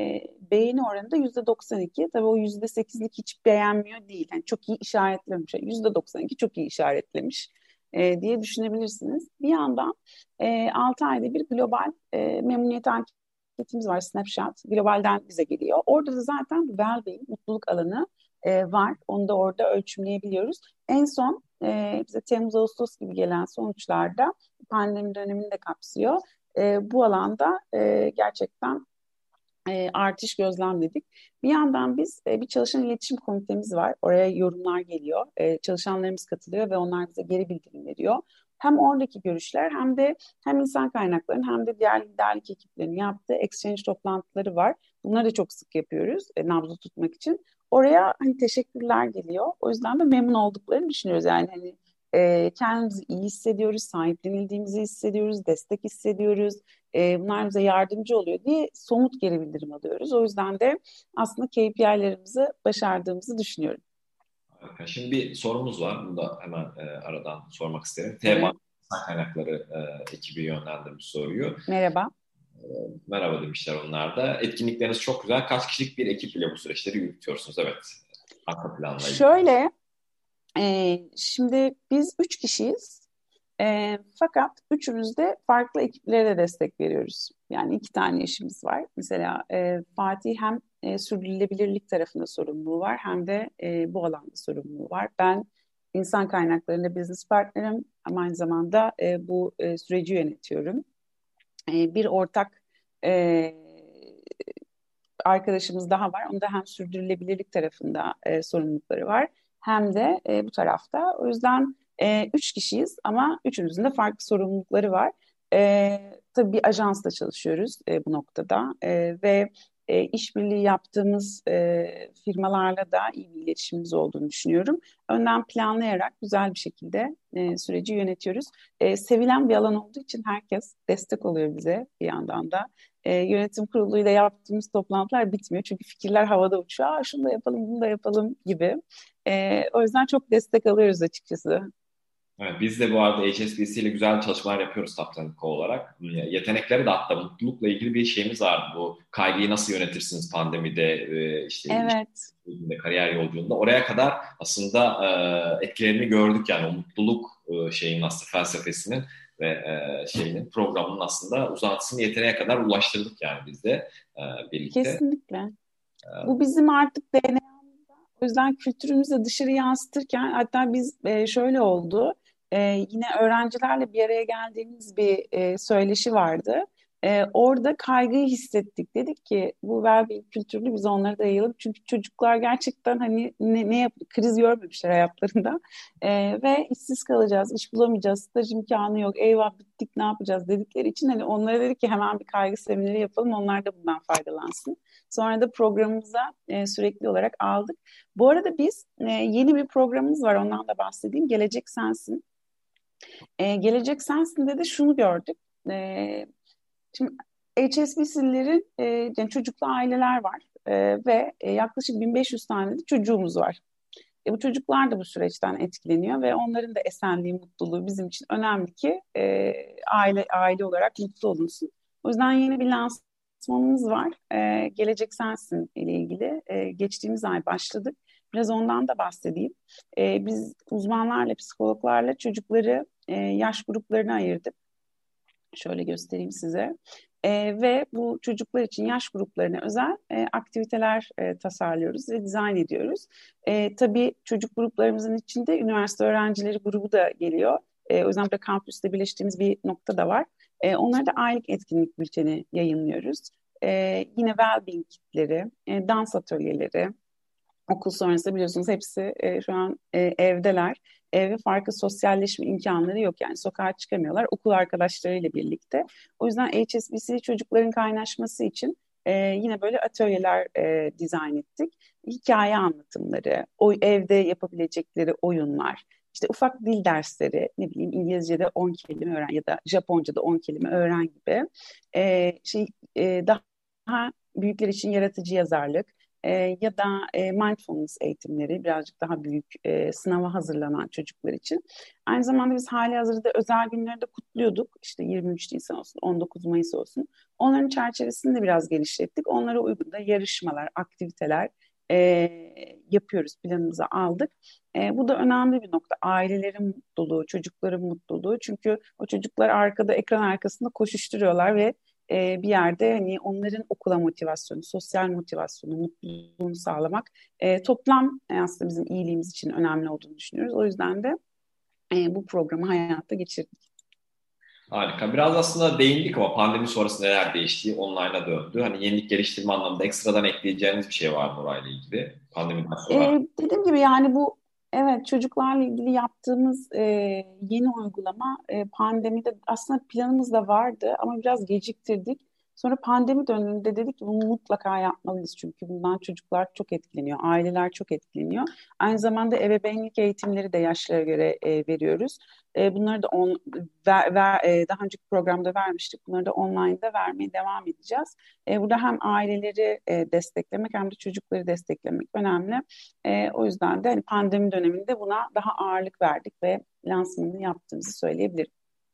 beğeni oranı da yüzde doksan iki. Tabii o yüzde sekizlik hiç beğenmiyor değil. Yani çok iyi işaretlemiş. Yüzde doksan iki çok iyi işaretlemiş e, diye düşünebilirsiniz. Bir yandan e, altı ayda bir global e, memnuniyet anketimiz var, Snapshot. Globalden bize geliyor. Orada da zaten well-being, mutluluk alanı e, var. Onu da orada ölçümleyebiliyoruz. En son e, bize Temmuz-Ağustos gibi gelen sonuçlarda pandemi dönemini de kapsıyor. E, bu alanda e, gerçekten e, artış gözlemledik. Bir yandan biz e, bir çalışan iletişim komitemiz var. Oraya yorumlar geliyor. E, çalışanlarımız katılıyor ve onlar bize geri bildirim veriyor. Hem oradaki görüşler hem de hem insan kaynaklarının hem de diğer liderlik ekiplerinin yaptığı exchange toplantıları var. Bunları da çok sık yapıyoruz e, nabzı tutmak için. Oraya hani teşekkürler geliyor. O yüzden de memnun olduklarını düşünüyoruz. Yani hani e, kendimizi iyi hissediyoruz, sahiplenildiğimizi hissediyoruz, destek hissediyoruz. E, bunlar bize yardımcı oluyor diye somut geri bildirim alıyoruz. O yüzden de aslında K P I'lerimizi başardığımızı düşünüyorum. Harika. Şimdi bir sorumuz var. Bunu da hemen e, aradan sormak isterim. Tema Tabii. İnsan Kaynakları e, ekibi yönlendirmiş soruyu. Merhaba. E, merhaba demişler onlar da. Etkinlikleriniz çok güzel. Kaç kişilik bir ekip ile bu süreçleri yürütüyorsunuz? Evet. Arka planla ilgili. Şöyle, e, şimdi biz üç kişiyiz. E, fakat üçümüz de farklı ekiplere de destek veriyoruz. Yani iki tane işimiz var. Mesela e, Fatih hem e, sürdürülebilirlik tarafında sorumluluğu var hem de e, bu alanda sorumluluğu var. Ben insan kaynaklarında business partnerim ama aynı zamanda e, bu e, süreci yönetiyorum. E, bir ortak e, arkadaşımız daha var. Onda hem sürdürülebilirlik tarafında e, sorumlulukları var hem de e, bu tarafta. O yüzden e, üç kişiyiz ama üçümüzün de farklı sorumlulukları var. E, tabii bir ajansla çalışıyoruz e, bu noktada e, ve e, işbirliği yaptığımız e, firmalarla da iyi bir iletişimimiz olduğunu düşünüyorum. Önden planlayarak güzel bir şekilde e, süreci yönetiyoruz. E, sevilen bir alan olduğu için herkes destek oluyor bize bir yandan da. E, yönetim kuruluyla yaptığımız toplantılar bitmiyor. Çünkü fikirler havada uçuyor. Aa, şunu da yapalım, bunu da yapalım gibi. E, o yüzden çok destek alıyoruz açıkçası. Evet, biz de bu arada H S B C ile güzel çalışmalar yapıyoruz Taptanik olarak. Yetenekleri de hatta mutlulukla ilgili bir şeyimiz vardı. Bu kaygıyı nasıl yönetirsiniz pandemide, e, işte Evet. işte, kariyer yolculuğunda. Oraya kadar aslında e, etkilerini gördük yani o mutluluk e, şeyin aslında felsefesinin ve e, şeyinin programının aslında uzantısını yeteneğe kadar ulaştırdık yani biz de e, birlikte. Kesinlikle. E, Bu bizim artık D N A'mızda. O yüzden kültürümüzü dışarı yansıtırken hatta biz e, şöyle oldu. E, yine öğrencilerle bir araya geldiğimiz bir e, söyleşi vardı. E, orada kaygıyı hissettik. Dedik ki bu well-being kültürünü biz onlara da yayalım. Çünkü çocuklar gerçekten hani ne, ne yap kriz görmemişler hayatlarında. E, ve işsiz kalacağız, iş bulamayacağız, staj imkanı yok, eyvah bittik ne yapacağız dedikleri için hani onlara dedik ki hemen bir kaygı semineri yapalım. Onlar da bundan faydalansın. Sonra da programımıza e, sürekli olarak aldık. Bu arada biz e, yeni bir programımız var. Ondan da bahsedeyim. Gelecek Sensin. E, Gelecek Sensin'de de şunu gördük. E, şimdi H S B C'lilerin e, yani çocuklu aileler var. E, ve e, yaklaşık bin beş yüz tane de çocuğumuz var. E, bu çocuklar da bu süreçten etkileniyor ve onların da esenliği, mutluluğu bizim için önemli ki e, aile aile olarak mutlu olunsun. O yüzden yeni bir lansmanımız var. E, Gelecek Sensin ile ilgili. E, geçtiğimiz ay başladık. Biraz ondan da bahsedeyim. E, biz uzmanlarla, psikologlarla çocukları e, yaş gruplarına ayırdık. Şöyle göstereyim size. E, ve bu çocuklar için yaş gruplarına özel e, aktiviteler e, tasarlıyoruz ve dizayn ediyoruz. E, tabii çocuk gruplarımızın içinde üniversite öğrencileri grubu da geliyor. E, o yüzden burada kampüste birleştiğimiz bir nokta da var. E, onlara da aylık etkinlik bülteni yayınlıyoruz. E, yine well-being kitleri, e, dans atölyeleri, okul sonrası biliyorsunuz hepsi e, şu an e, evdeler. Ev farklı sosyalleşme imkanları yok. Yani sokağa çıkamıyorlar okul arkadaşlarıyla birlikte. O yüzden H S B C çocukların kaynaşması için e, yine böyle atölyeler e, dizayn ettik. Hikaye anlatımları, o evde yapabilecekleri oyunlar, işte ufak dil dersleri, ne bileyim İngilizce'de on kelime öğren ya da Japonca'da on kelime öğren gibi. E, şey e, daha büyükler için yaratıcı yazarlık, e, ya da e, mindfulness eğitimleri birazcık daha büyük e, sınava hazırlanan çocuklar için. Aynı zamanda biz hali hazırda özel günleri de kutluyorduk. İşte yirmi üç Nisan olsun, on dokuz Mayıs olsun. Onların çerçevesinde biraz geliştirdik. Onlara uygun da yarışmalar, aktiviteler e, yapıyoruz, planımıza aldık. E, bu da önemli bir nokta. Ailelerin mutluluğu, çocukların mutluluğu. Çünkü o çocuklar arkada, ekran arkasında koşuşturuyorlar ve e, bir yerde hani onların okula motivasyonu, sosyal motivasyonu, mutluluğunu sağlamak e, toplam e, aslında bizim iyiliğimiz için önemli olduğunu düşünüyoruz. O yüzden de e, bu programı hayata geçirdik. Harika. Biraz aslında değindik ama pandemi sonrası neler değişti, online'a döndü. Hani yenilik geliştirme anlamında ekstradan ekleyeceğiniz bir şey var mı orayla ilgili pandemiden sonra? E, dediğim gibi yani bu evet çocuklarla ilgili yaptığımız e, yeni uygulama e, pandemide aslında planımız da vardı ama biraz geciktirdik. Sonra pandemi döneminde dedik ki bunu mutlaka yapmalıyız çünkü bundan çocuklar çok etkileniyor, aileler çok etkileniyor. Aynı zamanda ebeveynlik eğitimleri de yaşlara göre e, veriyoruz. E, bunları da on, ver, ver, e, daha önceki programda vermiştik. Bunları da online'da vermeye devam edeceğiz. E, burada hem aileleri e, desteklemek hem de çocukları desteklemek önemli. E, o yüzden de hani pandemi döneminde buna daha ağırlık verdik ve lansmanını yaptığımızı söyleyebilirim.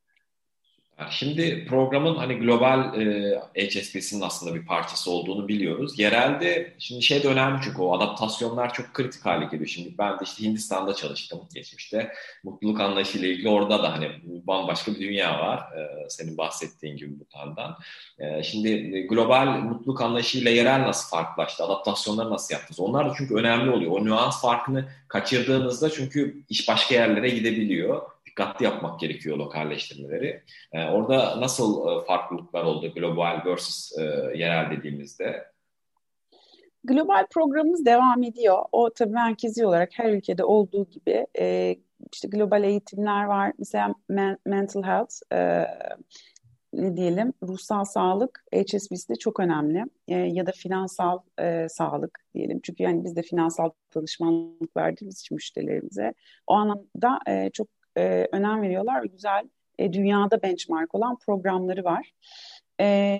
Şimdi programın hani global e, H S B C'nin aslında bir parçası olduğunu biliyoruz. Yerelde şimdi şey de önemli çünkü o adaptasyonlar çok kritik hale geliyor. Şimdi ben de işte Hindistan'da çalıştım geçmişte. Mutluluk anlayışıyla ilgili orada da hani bambaşka bir dünya var. E, senin bahsettiğin gibi Bhutan'dan. E, şimdi global mutluluk anlayışıyla yerel nasıl farklılaştı? Adaptasyonları nasıl yaptınız? Onlar da çünkü önemli oluyor. O nüans farkını kaçırdığınızda çünkü iş başka yerlere gidebiliyor. Dikkatli yapmak gerekiyor lokalleştirmeleri. E, orada nasıl e, farklılıklar oldu global versus e, yerel dediğimizde? Global programımız devam ediyor. O tabii merkezi olarak her ülkede olduğu gibi e, işte global eğitimler var. Mesela men- mental health, e, ne diyelim, ruhsal sağlık H S B C'de çok önemli. E, ya da finansal e, sağlık diyelim. Çünkü yani biz de finansal danışmanlık verdiğimiz için müşterilerimize o anlamda e, çok e, önem veriyorlar ve güzel e, dünyada benchmark olan programları var. E,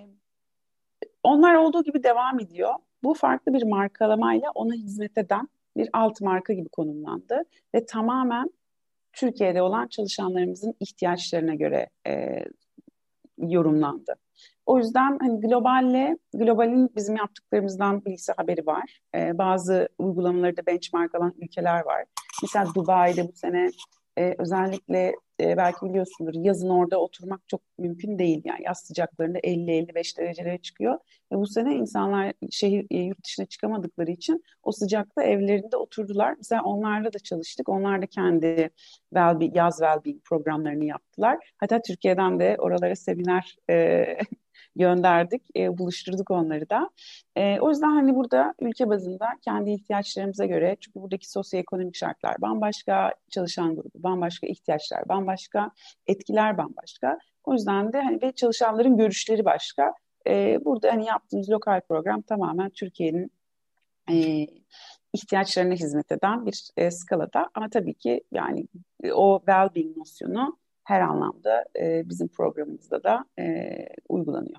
Onlar olduğu gibi devam ediyor. Bu farklı bir markalamayla ona hizmet eden bir alt marka gibi konumlandı ve tamamen Türkiye'de olan çalışanlarımızın ihtiyaçlarına göre e, yorumlandı. O yüzden hani globalle, globalin bizim yaptıklarımızdan bilgisi haberi var. Ee, bazı uygulamaları da benchmark alan ülkeler var. Mesela Dubai'de bu sene e, özellikle e, belki biliyorsundur yazın orada oturmak çok mümkün değil. Yani yaz sıcaklarında elli elli beş derecelere çıkıyor. Ve bu sene insanlar şehir e, yurt dışına çıkamadıkları için o sıcakta evlerinde oturdular. Mesela onlarla da çalıştık. Onlar da kendi well yaz well-being programlarını yaptılar. Hatta Türkiye'den de oralara seminer e, gönderdik, e, buluşturduk onları da. E, o yüzden hani burada ülke bazında kendi ihtiyaçlarımıza göre, çünkü buradaki sosyoekonomik şartlar bambaşka, çalışan grubu bambaşka, ihtiyaçlar bambaşka, etkiler bambaşka. O yüzden de hani ve çalışanların görüşleri başka. E, burada hani yaptığımız lokal program tamamen Türkiye'nin e, ihtiyaçlarına hizmet eden bir e, skalada. Ama tabii ki yani e, o well-being nosyonu her anlamda e, bizim programımızda da e, uygulanıyor.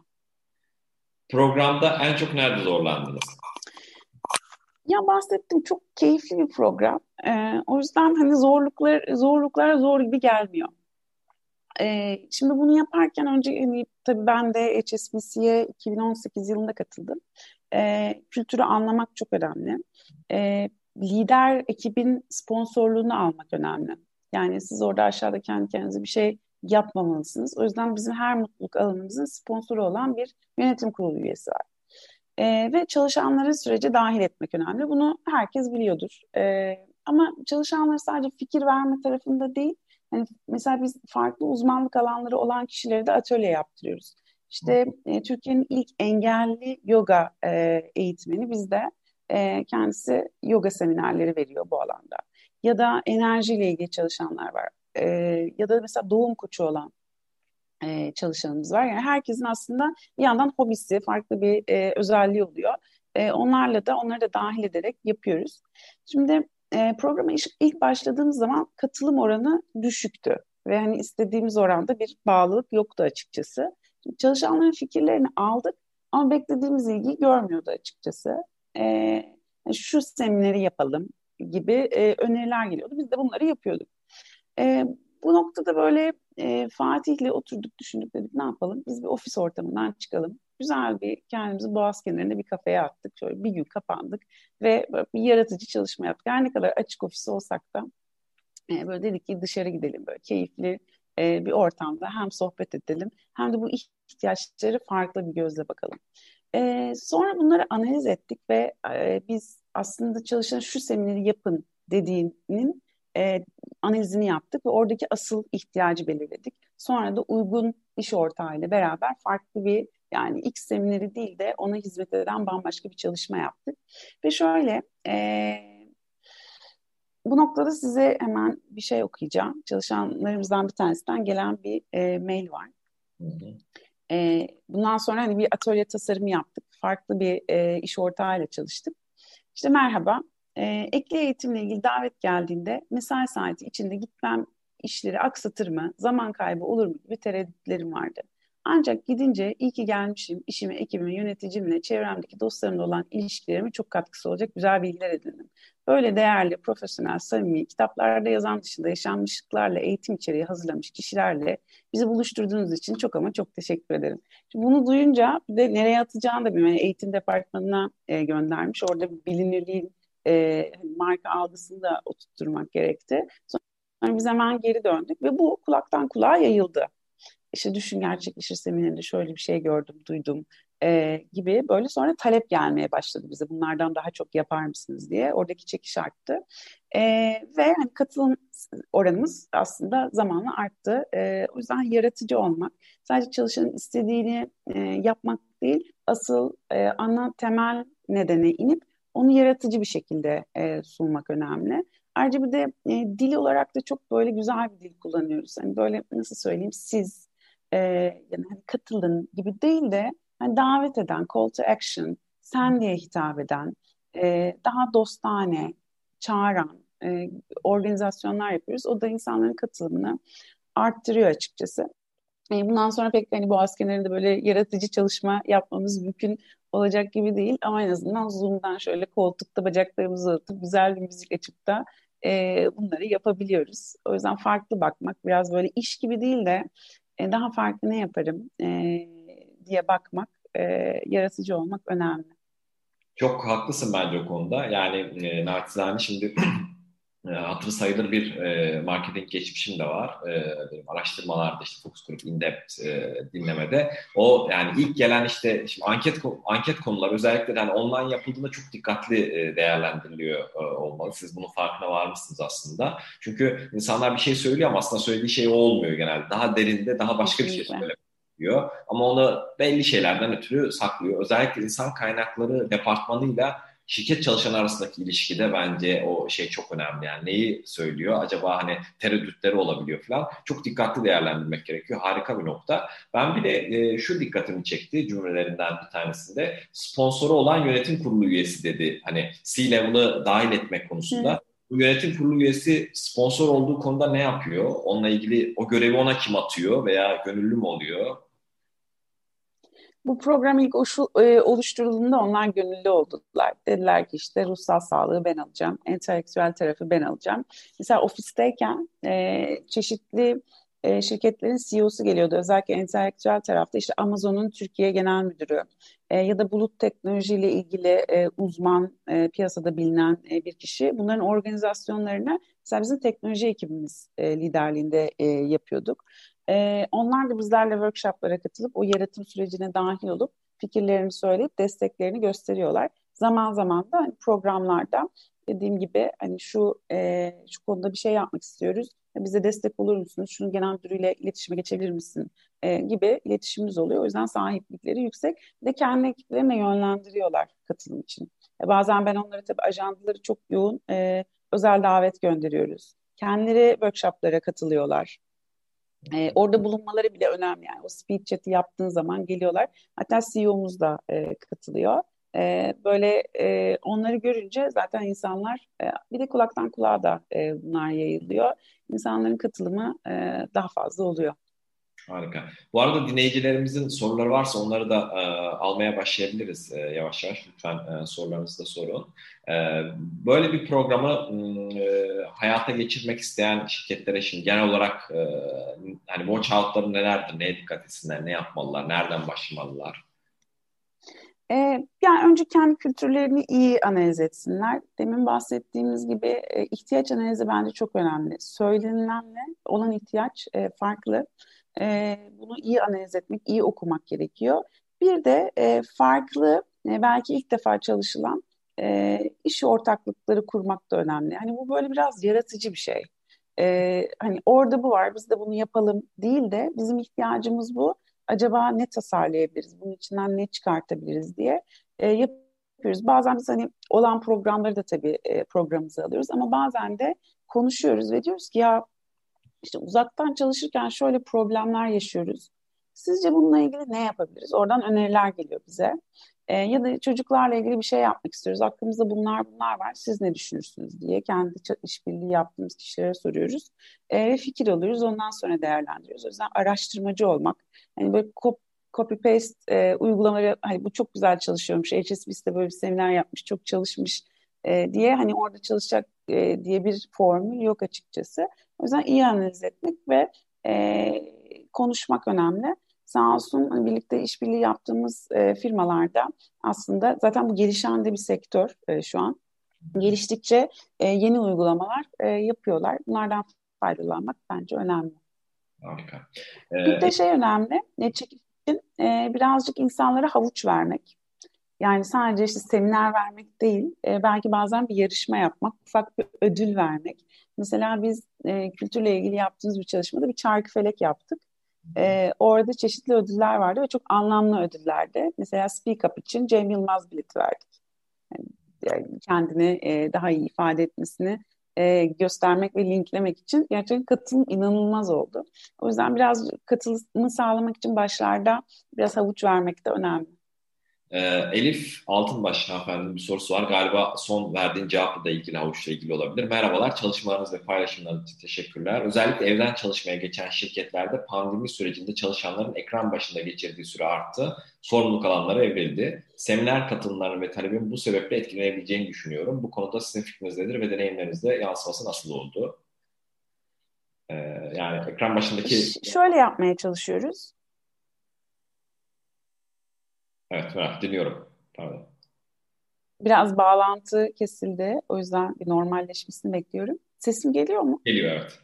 Programda en çok nerede zorlandınız? Ya bahsettim, çok keyifli bir program. E, o yüzden hani zorluklar zorluklar zor gibi gelmiyor. E, şimdi bunu yaparken önce hani, tabii ben de H S B C'ye iki bin on sekiz yılında katıldım. E, kültürü anlamak çok önemli. E, Lider ekibin sponsorluğunu almak önemli. Yani siz orada aşağıda kendi kendinize bir şey yapmamalısınız. O yüzden bizim her mutluluk alanımızın sponsoru olan bir yönetim kurulu üyesi var. E, ve çalışanları sürece dahil etmek önemli. Bunu herkes biliyordur. E, ama çalışanları sadece fikir verme tarafında değil, hani mesela biz farklı uzmanlık alanları olan kişileri de atölye yaptırıyoruz. İşte e, Türkiye'nin ilk engelli yoga e, eğitmeni bizde. E, kendisi yoga seminerleri veriyor bu alanda. Ya da enerjiyle ilgili çalışanlar var. E, ya da mesela doğum koçu olan e, çalışanımız var. Yani herkesin aslında bir yandan hobisi, farklı bir e, özelliği oluyor. E, onlarla da onları da dahil ederek yapıyoruz. Şimdi e, programa iş- ilk başladığımız zaman katılım oranı düşüktü ve hani istediğimiz oranda bir bağlılık yoktu açıkçası. Şimdi çalışanların fikirlerini aldık ama beklediğimiz ilgiyi görmüyordu açıkçası. E, Yani şu semineri yapalım gibi e, öneriler geliyordu. Biz de bunları yapıyorduk. E, Bu noktada böyle e, Fatih'le oturduk, düşündük, dedik ne yapalım? Biz bir ofis ortamından çıkalım. Güzel bir kendimizi Boğaz kenarında bir kafeye attık. Şöyle bir gün kapandık ve böyle bir yaratıcı çalışma yaptık. Her ne kadar açık ofis olsak da e, böyle dedik ki dışarı gidelim, böyle keyifli e, bir ortamda hem sohbet edelim hem de bu ihtiyaçları farklı bir gözle bakalım. E, sonra bunları analiz ettik ve e, biz aslında çalışan şu semineri yapın dediğinin e, analizini yaptık ve oradaki asıl ihtiyacı belirledik. Sonra da uygun iş ortağıyla beraber farklı bir, yani X semineri değil de ona hizmet eden bambaşka bir çalışma yaptık. Ve şöyle e, bu noktada size hemen bir şey okuyacağım. Çalışanlarımızdan bir tanesinden gelen bir e, mail var. Hı hı. E, bundan sonra hani bir atölye tasarımı yaptık. Farklı bir e, iş ortağıyla çalıştık. İşte merhaba, e, ekli eğitimle ilgili davet geldiğinde mesai saati içinde gitmem işleri aksatır mı, zaman kaybı olur mu gibi tereddütlerim vardı. Ancak gidince iyi ki gelmişim, işime, ekibime, yöneticimle, çevremdeki dostlarımla olan ilişkilerime çok katkısı olacak güzel bilgiler edindim. Böyle değerli, profesyonel, samimi, kitaplarda yazan dışında yaşanmışlıklarla eğitim içeriği hazırlamış kişilerle bizi buluşturduğunuz için çok ama çok teşekkür ederim. Şimdi bunu duyunca bir de nereye atacağını da bilmiyorum. Yani eğitim departmanına e, göndermiş. Orada bir bilinirliğin e, hani marka algısını da oturtturmak gerekti. Sonra biz hemen geri döndük ve bu kulaktan kulağa yayıldı. İşte düşün gerçekleşir seminerinde şöyle bir şey gördüm, duydum e, gibi böyle sonra talep gelmeye başladı bize. Bunlardan daha çok yapar mısınız diye. Oradaki çekiş arttı. E, Ve hani katılım oranımız aslında zamanla arttı. E, o yüzden yaratıcı olmak, sadece çalışanın istediğini e, yapmak değil, asıl e, ana temel nedene inip onu yaratıcı bir şekilde e, sunmak önemli. Ayrıca bir de e, dil olarak da çok böyle güzel bir dil kullanıyoruz. Hani böyle nasıl söyleyeyim, siz e, yani hani katılın gibi değil de hani davet eden, call to action, sen diye hitap eden, e, daha dostane, çağıran e, organizasyonlar yapıyoruz. O da insanların katılımını arttırıyor açıkçası. E, bundan sonra pek hani Boğaz kenarında böyle yaratıcı çalışma yapmamız mümkün olacak gibi değil. Ama en azından Zoom'dan şöyle koltukta bacaklarımızı atıp güzel bir müzik açıp da e, bunları yapabiliyoruz. O yüzden farklı bakmak, biraz böyle iş gibi değil de e, daha farklı ne yaparım e, diye bakmak, e, yaratıcı olmak önemli. Çok haklısın bence o konuda. Yani e, naçizane şimdi e, hatırı sayılır bir e, marketing geçmişim de var. E, benim araştırmalarda işte focus group, in-depth e, dinlemede. O yani ilk gelen işte şimdi anket anket konular özellikle yani online yapıldığında çok dikkatli e, değerlendiriliyor e, olmalı. Siz bunun farkına var mısınız aslında? Çünkü insanlar bir şey söylüyor ama aslında söylediği şey o olmuyor genelde. Daha derinde, daha başka bir şey Kesinlikle. söylüyor diyor. Ama onu belli şeylerden ötürü saklıyor. Özellikle insan kaynakları departmanıyla şirket çalışanı arasındaki ilişkide bence o şey çok önemli. Yani neyi söylüyor? Acaba hani tereddütleri olabiliyor falan. Çok dikkatli değerlendirmek gerekiyor. Harika bir nokta. Ben bir de e, şu dikkatimi çekti cümlelerinden bir tanesinde. Sponsoru olan yönetim kurulu üyesi dedi. Hani C-level'ı dahil etmek Hı. konusunda. Bu yönetim kurulu üyesi sponsor olduğu konuda ne yapıyor? Onunla ilgili o görevi ona kim atıyor veya gönüllü mü oluyor? Bu program ilk oşu- e, oluşturulduğunda onlar gönüllü oldular. Dediler ki işte ruhsal sağlığı ben alacağım, entelektüel tarafı ben alacağım. Mesela ofisteyken e, çeşitli e, şirketlerin C E O'su geliyordu. Özellikle entelektüel tarafta işte Amazon'un Türkiye Genel Müdürü e, ya da bulut teknolojiyle ilgili e, uzman, e, piyasada bilinen e, bir kişi. Bunların organizasyonlarını mesela bizim teknoloji ekibimiz e, liderliğinde e, yapıyorduk. Ee, onlar da bizlerle workshoplara katılıp o yaratım sürecine dahil olup fikirlerini söyleyip desteklerini gösteriyorlar. Zaman zaman da hani programlarda dediğim gibi hani şu e, şu konuda bir şey yapmak istiyoruz. Bize destek olur musunuz? Şunun genel müdürüyle iletişime geçebilir misin? E, gibi iletişimimiz oluyor. O yüzden sahiplikleri yüksek ve kendi ekiplerine yönlendiriyorlar katılım için. E, bazen ben onlara tabii ajandaları çok yoğun e, özel davet gönderiyoruz. Kendileri workshoplara katılıyorlar. E, orada bulunmaları bile önemli yani. O speed chat'i yaptığın zaman geliyorlar. Hatta C E O'muz da e, katılıyor. E, böyle e, onları görünce zaten insanlar e, bir de kulaktan kulağa da e, bunlar yayılıyor. İnsanların katılımı e, daha fazla oluyor. Harika. Bu arada dinleyicilerimizin soruları varsa onları da e, almaya başlayabiliriz e, yavaş yavaş. Lütfen e, sorularınızı da sorun. E, böyle bir programı e, hayata geçirmek isteyen şirketlere şimdi genel olarak e, hani watch out'ları nelerdir, neye dikkat etsinler, ne yapmalılar, nereden başlamalılar? E, Yani önce kendi kültürlerini iyi analiz etsinler. Demin bahsettiğimiz gibi e, ihtiyaç analizi bence çok önemli. Söylenilenle olan ihtiyaç e, farklı. E, bunu iyi analiz etmek, iyi okumak gerekiyor. Bir de e, farklı, e, belki ilk defa çalışılan e, iş ortaklıkları kurmak da önemli. Hani bu böyle biraz yaratıcı bir şey. E, hani orada bu var, biz de bunu yapalım değil de bizim ihtiyacımız bu. Acaba ne tasarlayabiliriz, bunun içinden ne çıkartabiliriz diye e, yapıyoruz. Bazen biz hani olan programları da tabii e, programımıza alıyoruz ama bazen de konuşuyoruz ve diyoruz ki ya işte uzaktan çalışırken şöyle problemler yaşıyoruz. Sizce bununla ilgili ne yapabiliriz? Oradan öneriler geliyor bize. E, ya da çocuklarla ilgili bir şey yapmak istiyoruz. Aklımızda bunlar bunlar var. Siz ne düşünürsünüz diye kendi ça- işbirliği yaptığımız kişilere soruyoruz. E, ve fikir alıyoruz. Ondan sonra değerlendiriyoruz. O yüzden araştırmacı olmak. Hani böyle kop, copy paste e, uygulamaları hani bu çok güzel çalışıyormuş. H S B C'de böyle bir seminer yapmış. Çok çalışmış e, diye hani orada çalışacak e, diye bir formül yok açıkçası. O yüzden iyi analiz etmek ve e, konuşmak önemli. Sağ olsun hani birlikte işbirliği yaptığımız e, firmalarda aslında zaten bu gelişen de bir sektör e, şu an. Geliştikçe e, yeni uygulamalar e, yapıyorlar. Bunlardan faydalanmak bence önemli. Harika. Bir E, de şey önemli, ne çekiş için e, birazcık insanlara havuç vermek. Yani sadece işte seminer vermek değil, e, belki bazen bir yarışma yapmak, ufak bir ödül vermek. Mesela biz e, kültürle ilgili yaptığımız bir çalışmada bir çarkıfelek yaptık. E, orada çeşitli ödüller vardı ve çok anlamlı ödüllerdi. Mesela Speak Up için Cem Yılmaz bileti verdik. Yani kendini e, daha iyi ifade etmesini e, göstermek ve linklemek için gerçekten katılım inanılmaz oldu. O yüzden biraz katılımı sağlamak için başlarda biraz havuç vermek de önemli. Ee, Elif Altınbaş hanımefendinin bir sorusu var. Galiba son verdiğin cevapla da ilgili, havuçla ilgili olabilir. Merhabalar, çalışmalarınız ve paylaşımlarınız için teşekkürler. Özellikle evden çalışmaya geçen şirketlerde pandemi sürecinde çalışanların ekran başında geçirdiği süre arttı. Sorumluluk alanlara evrildi. Seminer katılımlarının ve talebin bu sebeple etkilenebileceğini düşünüyorum. Bu konuda sizin fikriniz nedir ve deneyimlerinizde yansıması nasıl oldu? Ee, yani ekran başındaki... Ş- şöyle yapmaya çalışıyoruz. Evet, merak dinliyorum. Pardon. Biraz bağlantı kesildi. O yüzden bir normalleşmesini bekliyorum. Sesim geliyor mu? Geliyor, evet.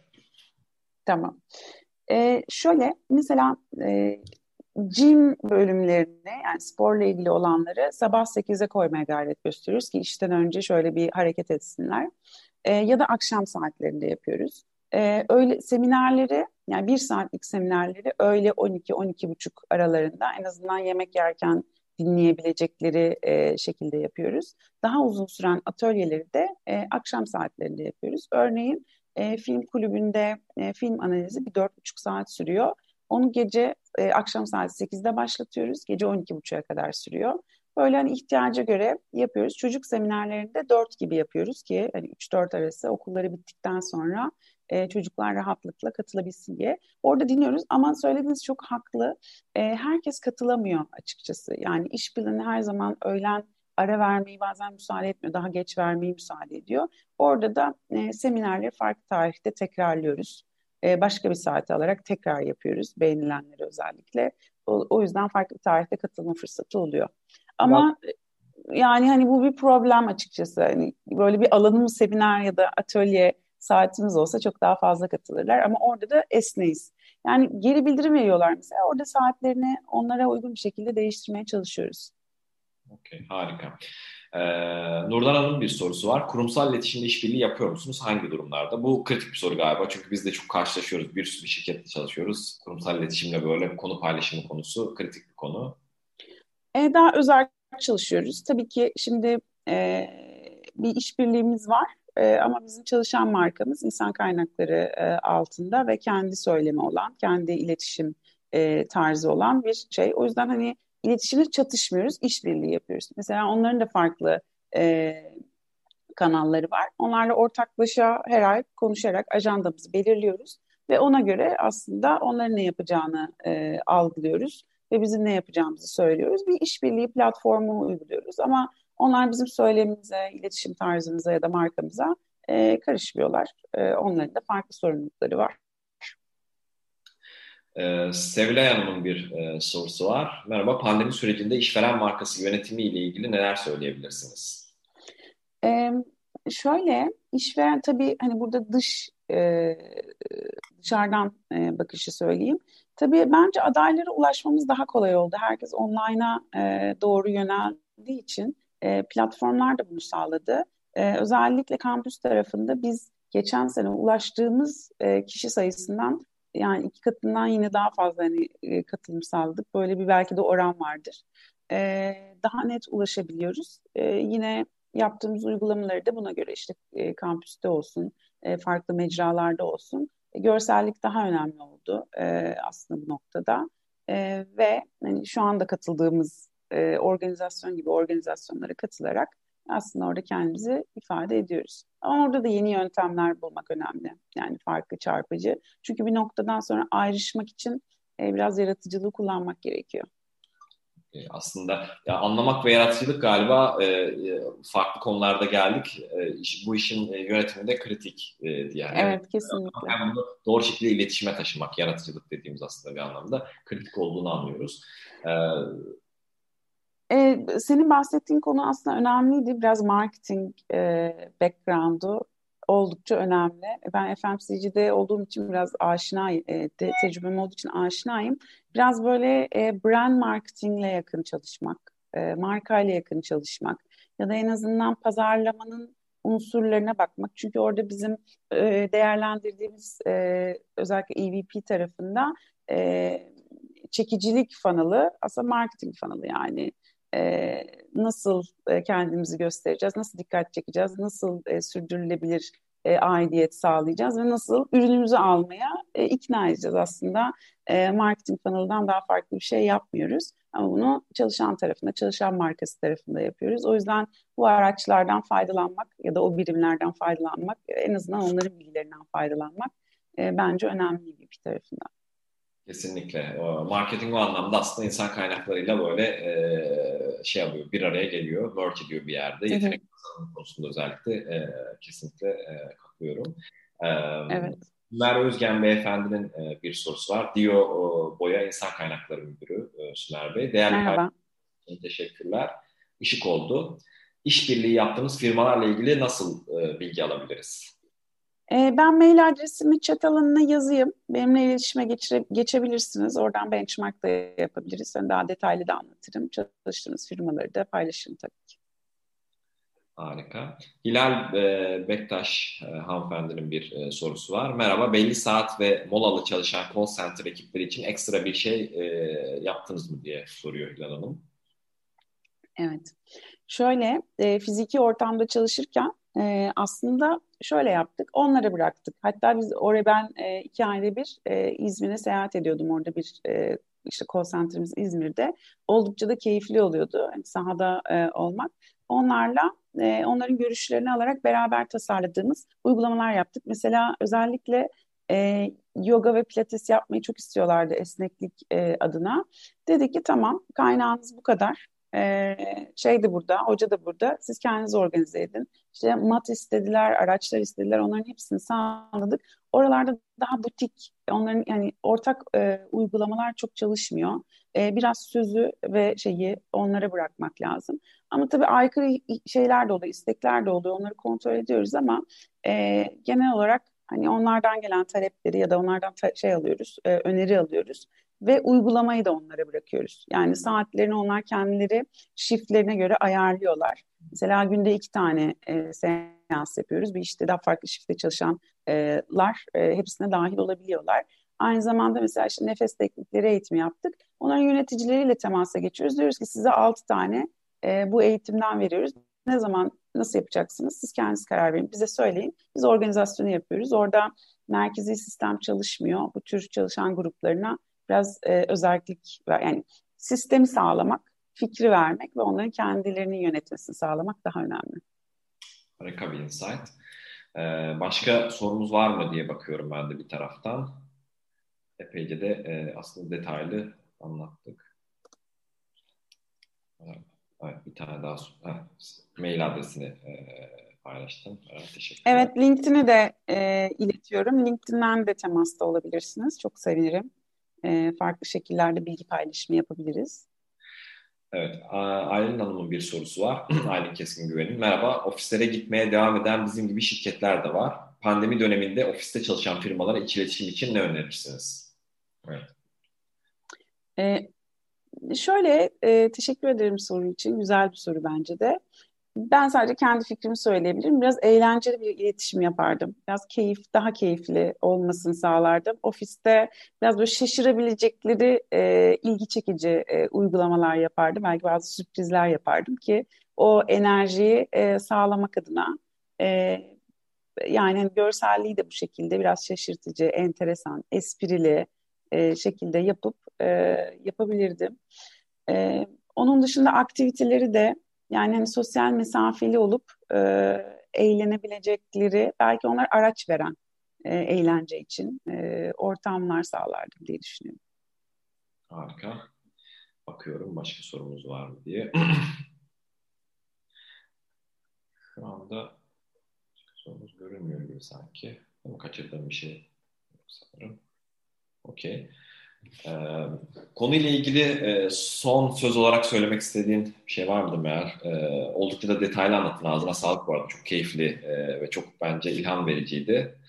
Tamam. Ee, şöyle mesela e, gym bölümlerine yani sporla ilgili olanları sabah sekize koymaya gayret gösteriyoruz ki işten önce şöyle bir hareket etsinler. Ee, ya da akşam saatlerinde yapıyoruz. Ee, öyle seminerleri yani bir saatlik seminerleri öğle on iki on iki buçuk aralarında en azından yemek yerken dinleyebilecekleri e, şekilde yapıyoruz. Daha uzun süren atölyeleri de e, akşam saatlerinde yapıyoruz. Örneğin e, film kulübünde e, film analizi bir dört buçuk saat sürüyor. Onu gece e, akşam saat sekizde başlatıyoruz. Gece on iki buçuğa kadar sürüyor. Böyle hani ihtiyaca göre yapıyoruz. Çocuk seminerlerinde dört gibi yapıyoruz ki hani üç dört arası okulları bittikten sonra e, çocuklar rahatlıkla katılabilsin diye. Orada dinliyoruz ama söylediğiniz çok haklı. E, herkes katılamıyor açıkçası. Yani iş planı her zaman öğlen ara vermeyi bazen müsaade etmiyor. Daha geç vermeyi müsaade ediyor. Orada da e, seminerleri farklı tarihte tekrarlıyoruz. E, başka bir saate alarak tekrar yapıyoruz. Beğenilenleri özellikle. O, o yüzden farklı bir tarihte katılma fırsatı oluyor. Ama yani hani bu bir problem açıkçası. Hani böyle bir alanımız seminer ya da atölye saatimiz olsa çok daha fazla katılırlar ama orada da esneyiz. Yani geri bildirim veriyorlar mesela. Orada saatlerini onlara uygun bir şekilde değiştirmeye çalışıyoruz. Okey, harika. Ee, Nurdan Hanım'ın bir sorusu var. Kurumsal iletişimde işbirliği yapıyor musunuz? Hangi durumlarda? Bu kritik bir soru galiba. Çünkü biz de çok karşılaşıyoruz. Bir sürü şirketle çalışıyoruz. Kurumsal iletişimle böyle konu paylaşımı konusu kritik bir konu. E, daha özel çalışıyoruz. Tabii ki şimdi e, bir işbirliğimiz var. E, ama bizim çalışan markamız insan kaynakları e, altında ve kendi söylemi olan, kendi iletişim e, tarzı olan bir şey. O yüzden hani iletişimde çatışmıyoruz, işbirliği yapıyoruz. Mesela onların da farklı e, kanalları var. Onlarla ortaklaşa her ay konuşarak ajandamızı belirliyoruz. ve ona göre aslında onların ne yapacağını e, algılıyoruz ve bizim ne yapacağımızı söylüyoruz. Bir işbirliği platformu uyguluyoruz ama onlar bizim söylemimize, iletişim tarzımıza ya da markamıza e, karışmıyorlar. E, onların da farklı sorumlulukları var. Ee, Sevilay Hanım'ın bir e, sorusu var. Merhaba, pandemi sürecinde işveren markası yönetimi ile ilgili neler söyleyebilirsiniz? Ee, Şöyle işveren tabii hani burada dış e, dışarıdan e, bakışı söyleyeyim. Tabii bence adaylara ulaşmamız daha kolay oldu. Herkes online'a e, doğru yöneldiği için e, platformlar da bunu sağladı. E, özellikle kampüs tarafında biz geçen sene ulaştığımız e, kişi sayısından yani iki katından yine daha fazla hani, e, katılım sağladık. Böyle bir belki de oran vardır. E, Daha net ulaşabiliyoruz. E, yine yaptığımız uygulamaları da buna göre işte e, kampüste olsun, e, farklı mecralarda olsun. E, görsellik daha önemli oldu e, aslında bu noktada. E, ve hani şu anda katıldığımız e, organizasyon gibi organizasyonlara katılarak aslında orada kendimizi ifade ediyoruz. Ama orada da yeni yöntemler bulmak önemli. Yani farklı, çarpıcı. Çünkü bir noktadan sonra ayrışmak için e, biraz yaratıcılığı kullanmak gerekiyor. E, Aslında ya anlamak ve yaratıcılık galiba e, e, farklı konularda geldik. E, iş- bu işin e, yönetiminde kritik e, diye. Yani evet, Evet, kesinlikle. hem bunu doğru şekilde iletişime taşımak, yaratıcılık dediğimiz aslında bir anlamda kritik olduğunu anlıyoruz. E, Ee, senin bahsettiğin konu aslında önemliydi. Biraz marketing e, background'u oldukça önemli. Ben F M C G'de olduğum için biraz aşinayım, e, te- tecrübem olduğu için aşinayım. Biraz böyle e, brand marketingle yakın çalışmak, e, markayla yakın çalışmak ya da en azından pazarlamanın unsurlarına bakmak. Çünkü orada bizim e, değerlendirdiğimiz e, özellikle E V P tarafında e, çekicilik funnel'ı aslında marketing funnel'ı yani e, nasıl e, kendimizi göstereceğiz, nasıl dikkat çekeceğiz, nasıl e, sürdürülebilir e, aidiyet sağlayacağız ve nasıl ürünümüzü almaya e, ikna edeceğiz aslında. E, marketing funnel'dan daha farklı bir şey yapmıyoruz. Ama bunu çalışan tarafında, çalışan markası tarafında yapıyoruz. O yüzden bu araçlardan faydalanmak ya da o birimlerden faydalanmak, en azından onların bilgilerinden faydalanmak e, bence önemli bir tarafından. Kesinlikle. O marketing o anlamda aslında insan kaynaklarıyla böyle e, şey yapıyor, bir araya geliyor, merge ediyor bir yerde. Hı hı. Yetenek kazanım konusunda özellikle e, kesinlikle e, katılıyorum. E, Evet. Ömer Özgen Beyefendinin e, bir sorusu var. Dio o, Boya İnsan Kaynakları Müdürü e, Sümer Bey. Değerli paylaşım Merhaba. için teşekkürler. Işık oldu. İşbirliği yaptığımız firmalarla ilgili nasıl e, bilgi alabiliriz? Ee, ben mail adresimi chat alanına yazayım. Benimle iletişime geçire, geçebilirsiniz. Oradan benchmark da yapabiliriz. Ben daha detaylı da anlatırım. Çalıştığınız firmaları da paylaşırım tabii. Harika. Hilal e, Bektaş e, hanımefendinin bir e, sorusu var. Merhaba, belli saat ve molalı çalışan call center ekipleri için ekstra bir şey e, yaptınız mı diye soruyor Hilal Hanım. Evet. Şöyle e, fiziki ortamda çalışırken e, aslında şöyle yaptık. Onlara bıraktık. Hatta biz oraya ben e, iki ayda bir e, İzmir'e seyahat ediyordum. Orada bir e, işte call center'ımız İzmir'de. Oldukça da keyifli oluyordu. Hani sahada e, olmak. Onlarla e, onların görüşlerini alarak beraber tasarladığımız uygulamalar yaptık. Mesela özellikle e, yoga ve pilates yapmayı çok istiyorlardı esneklik e, adına. Dedik ki tamam kaynağınız bu kadar. Ee, şey de burada, hoca da burada. Siz kendiniz organize edin. İşte mat istediler, araçlar istediler. Onların hepsini sağladık. Oralarda daha butik, onların yani ortak e, uygulamalar çok çalışmıyor. E, biraz sözü ve şeyi onlara bırakmak lazım. Ama tabii aykırı şeyler de oluyor, istekler de oluyor. Onları kontrol ediyoruz ama e, genel olarak hani onlardan gelen talepleri ya da onlardan ta- şey alıyoruz, e, öneri alıyoruz ve uygulamayı da onlara bırakıyoruz. Yani saatlerini onlar kendileri shiftlerine göre ayarlıyorlar. Mesela günde iki tane e, seans yapıyoruz. Bir işte daha farklı shiftte çalışanlar e, hepsine dahil olabiliyorlar. Aynı zamanda mesela işte nefes teknikleri eğitimi yaptık. Onların yöneticileriyle temasa geçiyoruz. Diyoruz ki size altı tane e, bu eğitimden veriyoruz. Ne zaman nasıl yapacaksınız? Siz kendiniz karar verin. Bize söyleyin. Biz organizasyonu yapıyoruz. Orada merkezi sistem çalışmıyor. Bu tür çalışan gruplarına biraz e, özellik ver, yani sistemi sağlamak, fikri vermek ve onların kendilerini yönetmesini sağlamak daha önemli. Harika bir insight. Ee, başka sorumuz var mı diye bakıyorum ben de bir taraftan. Epeyce de e, aslında detaylı anlattık. Evet, evet, bir tane daha ha, mail adresini e, paylaştım. Evet, teşekkürler. Evet, LinkedIn'i de e, iletiyorum. LinkedIn'den de temasta olabilirsiniz. Çok sevinirim. E, farklı şekillerde bilgi paylaşımı yapabiliriz. Evet, A- Aylin Hanım'ın bir sorusu var. Aylin Keskin Güven'in. Merhaba, ofislere gitmeye devam eden bizim gibi şirketler de var. Pandemi döneminde ofiste çalışan firmalara iç iletişim için ne önerirsiniz? Evet. E, Şöyle, e, teşekkür ederim soru için. Güzel bir soru bence de. Ben sadece kendi fikrimi söyleyebilirim. Biraz eğlenceli bir iletişim yapardım. Biraz keyif, daha keyifli olmasını sağlardım. Ofiste biraz böyle şaşırabilecekleri, e, ilgi çekici e, uygulamalar yapardım. Belki bazı sürprizler yapardım ki o enerjiyi e, sağlamak adına. E, Yani hani görselliği de bu şekilde biraz şaşırtıcı, enteresan, esprili e, şekilde yapıp e, yapabilirdim. E, Onun dışında aktiviteleri de yani hani sosyal mesafeli olup e, eğlenebilecekleri belki onlar araç veren e, eğlence için e, ortamlar sağlardım diye düşünüyorum. Harika. Bakıyorum başka sorumuz var mı diye. Şu anda sorumuz görünmüyor gibi sanki. Ama kaçırdığım bir şey yok sanırım. Okey. Ee, konuyla ilgili e, son söz olarak söylemek istediğin bir şey var mıdır Meğer? Ee, oldukça da detaylı anlattın. Ağzına sağlık bu arada. Çok keyifli e, ve çok bence ilham vericiydi.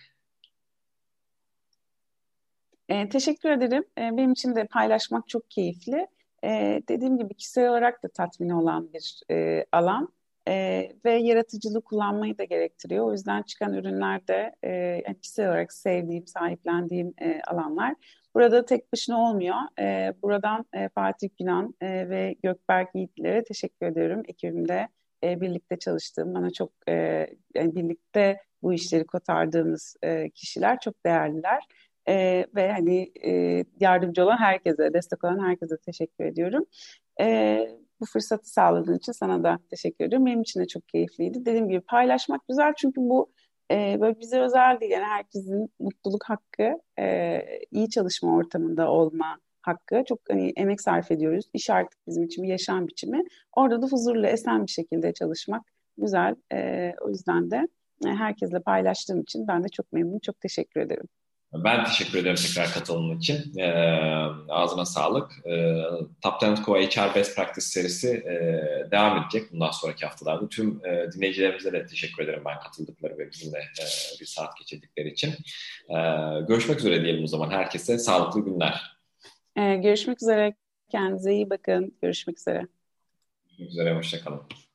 E, teşekkür ederim. E, benim için de paylaşmak çok keyifli. E, dediğim gibi kişisel olarak da tatmin olan bir e, alan E, ve yaratıcılığı kullanmayı da gerektiriyor. O yüzden çıkan ürünler de e, yani kişisel olarak sevdiğim, sahiplendiğim e, alanlar. Burada tek başına olmuyor. E, buradan e, Fatih Günan e, ve Gökberk Yiğitlere teşekkür ediyorum. Ekibimde e, birlikte çalıştığım, bana çok e, yani birlikte bu işleri kotardığımız e, kişiler çok değerliler. Ee, ve hani e, yardımcı olan herkese, destek olan herkese teşekkür ediyorum. Ee, Bu fırsatı sağladığın için sana da teşekkür ediyorum. Benim için de çok keyifliydi. Dediğim gibi paylaşmak güzel çünkü bu e, böyle bize özel değil. Yani herkesin mutluluk hakkı, e, iyi çalışma ortamında olma hakkı. Çok hani emek sarf ediyoruz. İş artık bizim için bir yaşam biçimi. Orada da huzurlu, esen bir şekilde çalışmak güzel. E, o yüzden de e, herkesle paylaştığım için ben de çok memnunum. Çok teşekkür ederim. Ben teşekkür ederim tekrar katılımın için. Ee, ağzına sağlık. Ee, Top Talent Co H R Best Practice serisi e, devam edecek bundan sonraki haftalarda. Tüm e, dinleyicilerimize de teşekkür ederim ben katıldıkları ve bizimle e, bir saat geçirdikleri için. E, görüşmek üzere diyelim o zaman. Herkese sağlıklı günler. Ee, görüşmek üzere. Kendinize iyi bakın. Görüşmek üzere. Görüşmek üzere, hoşça kalın.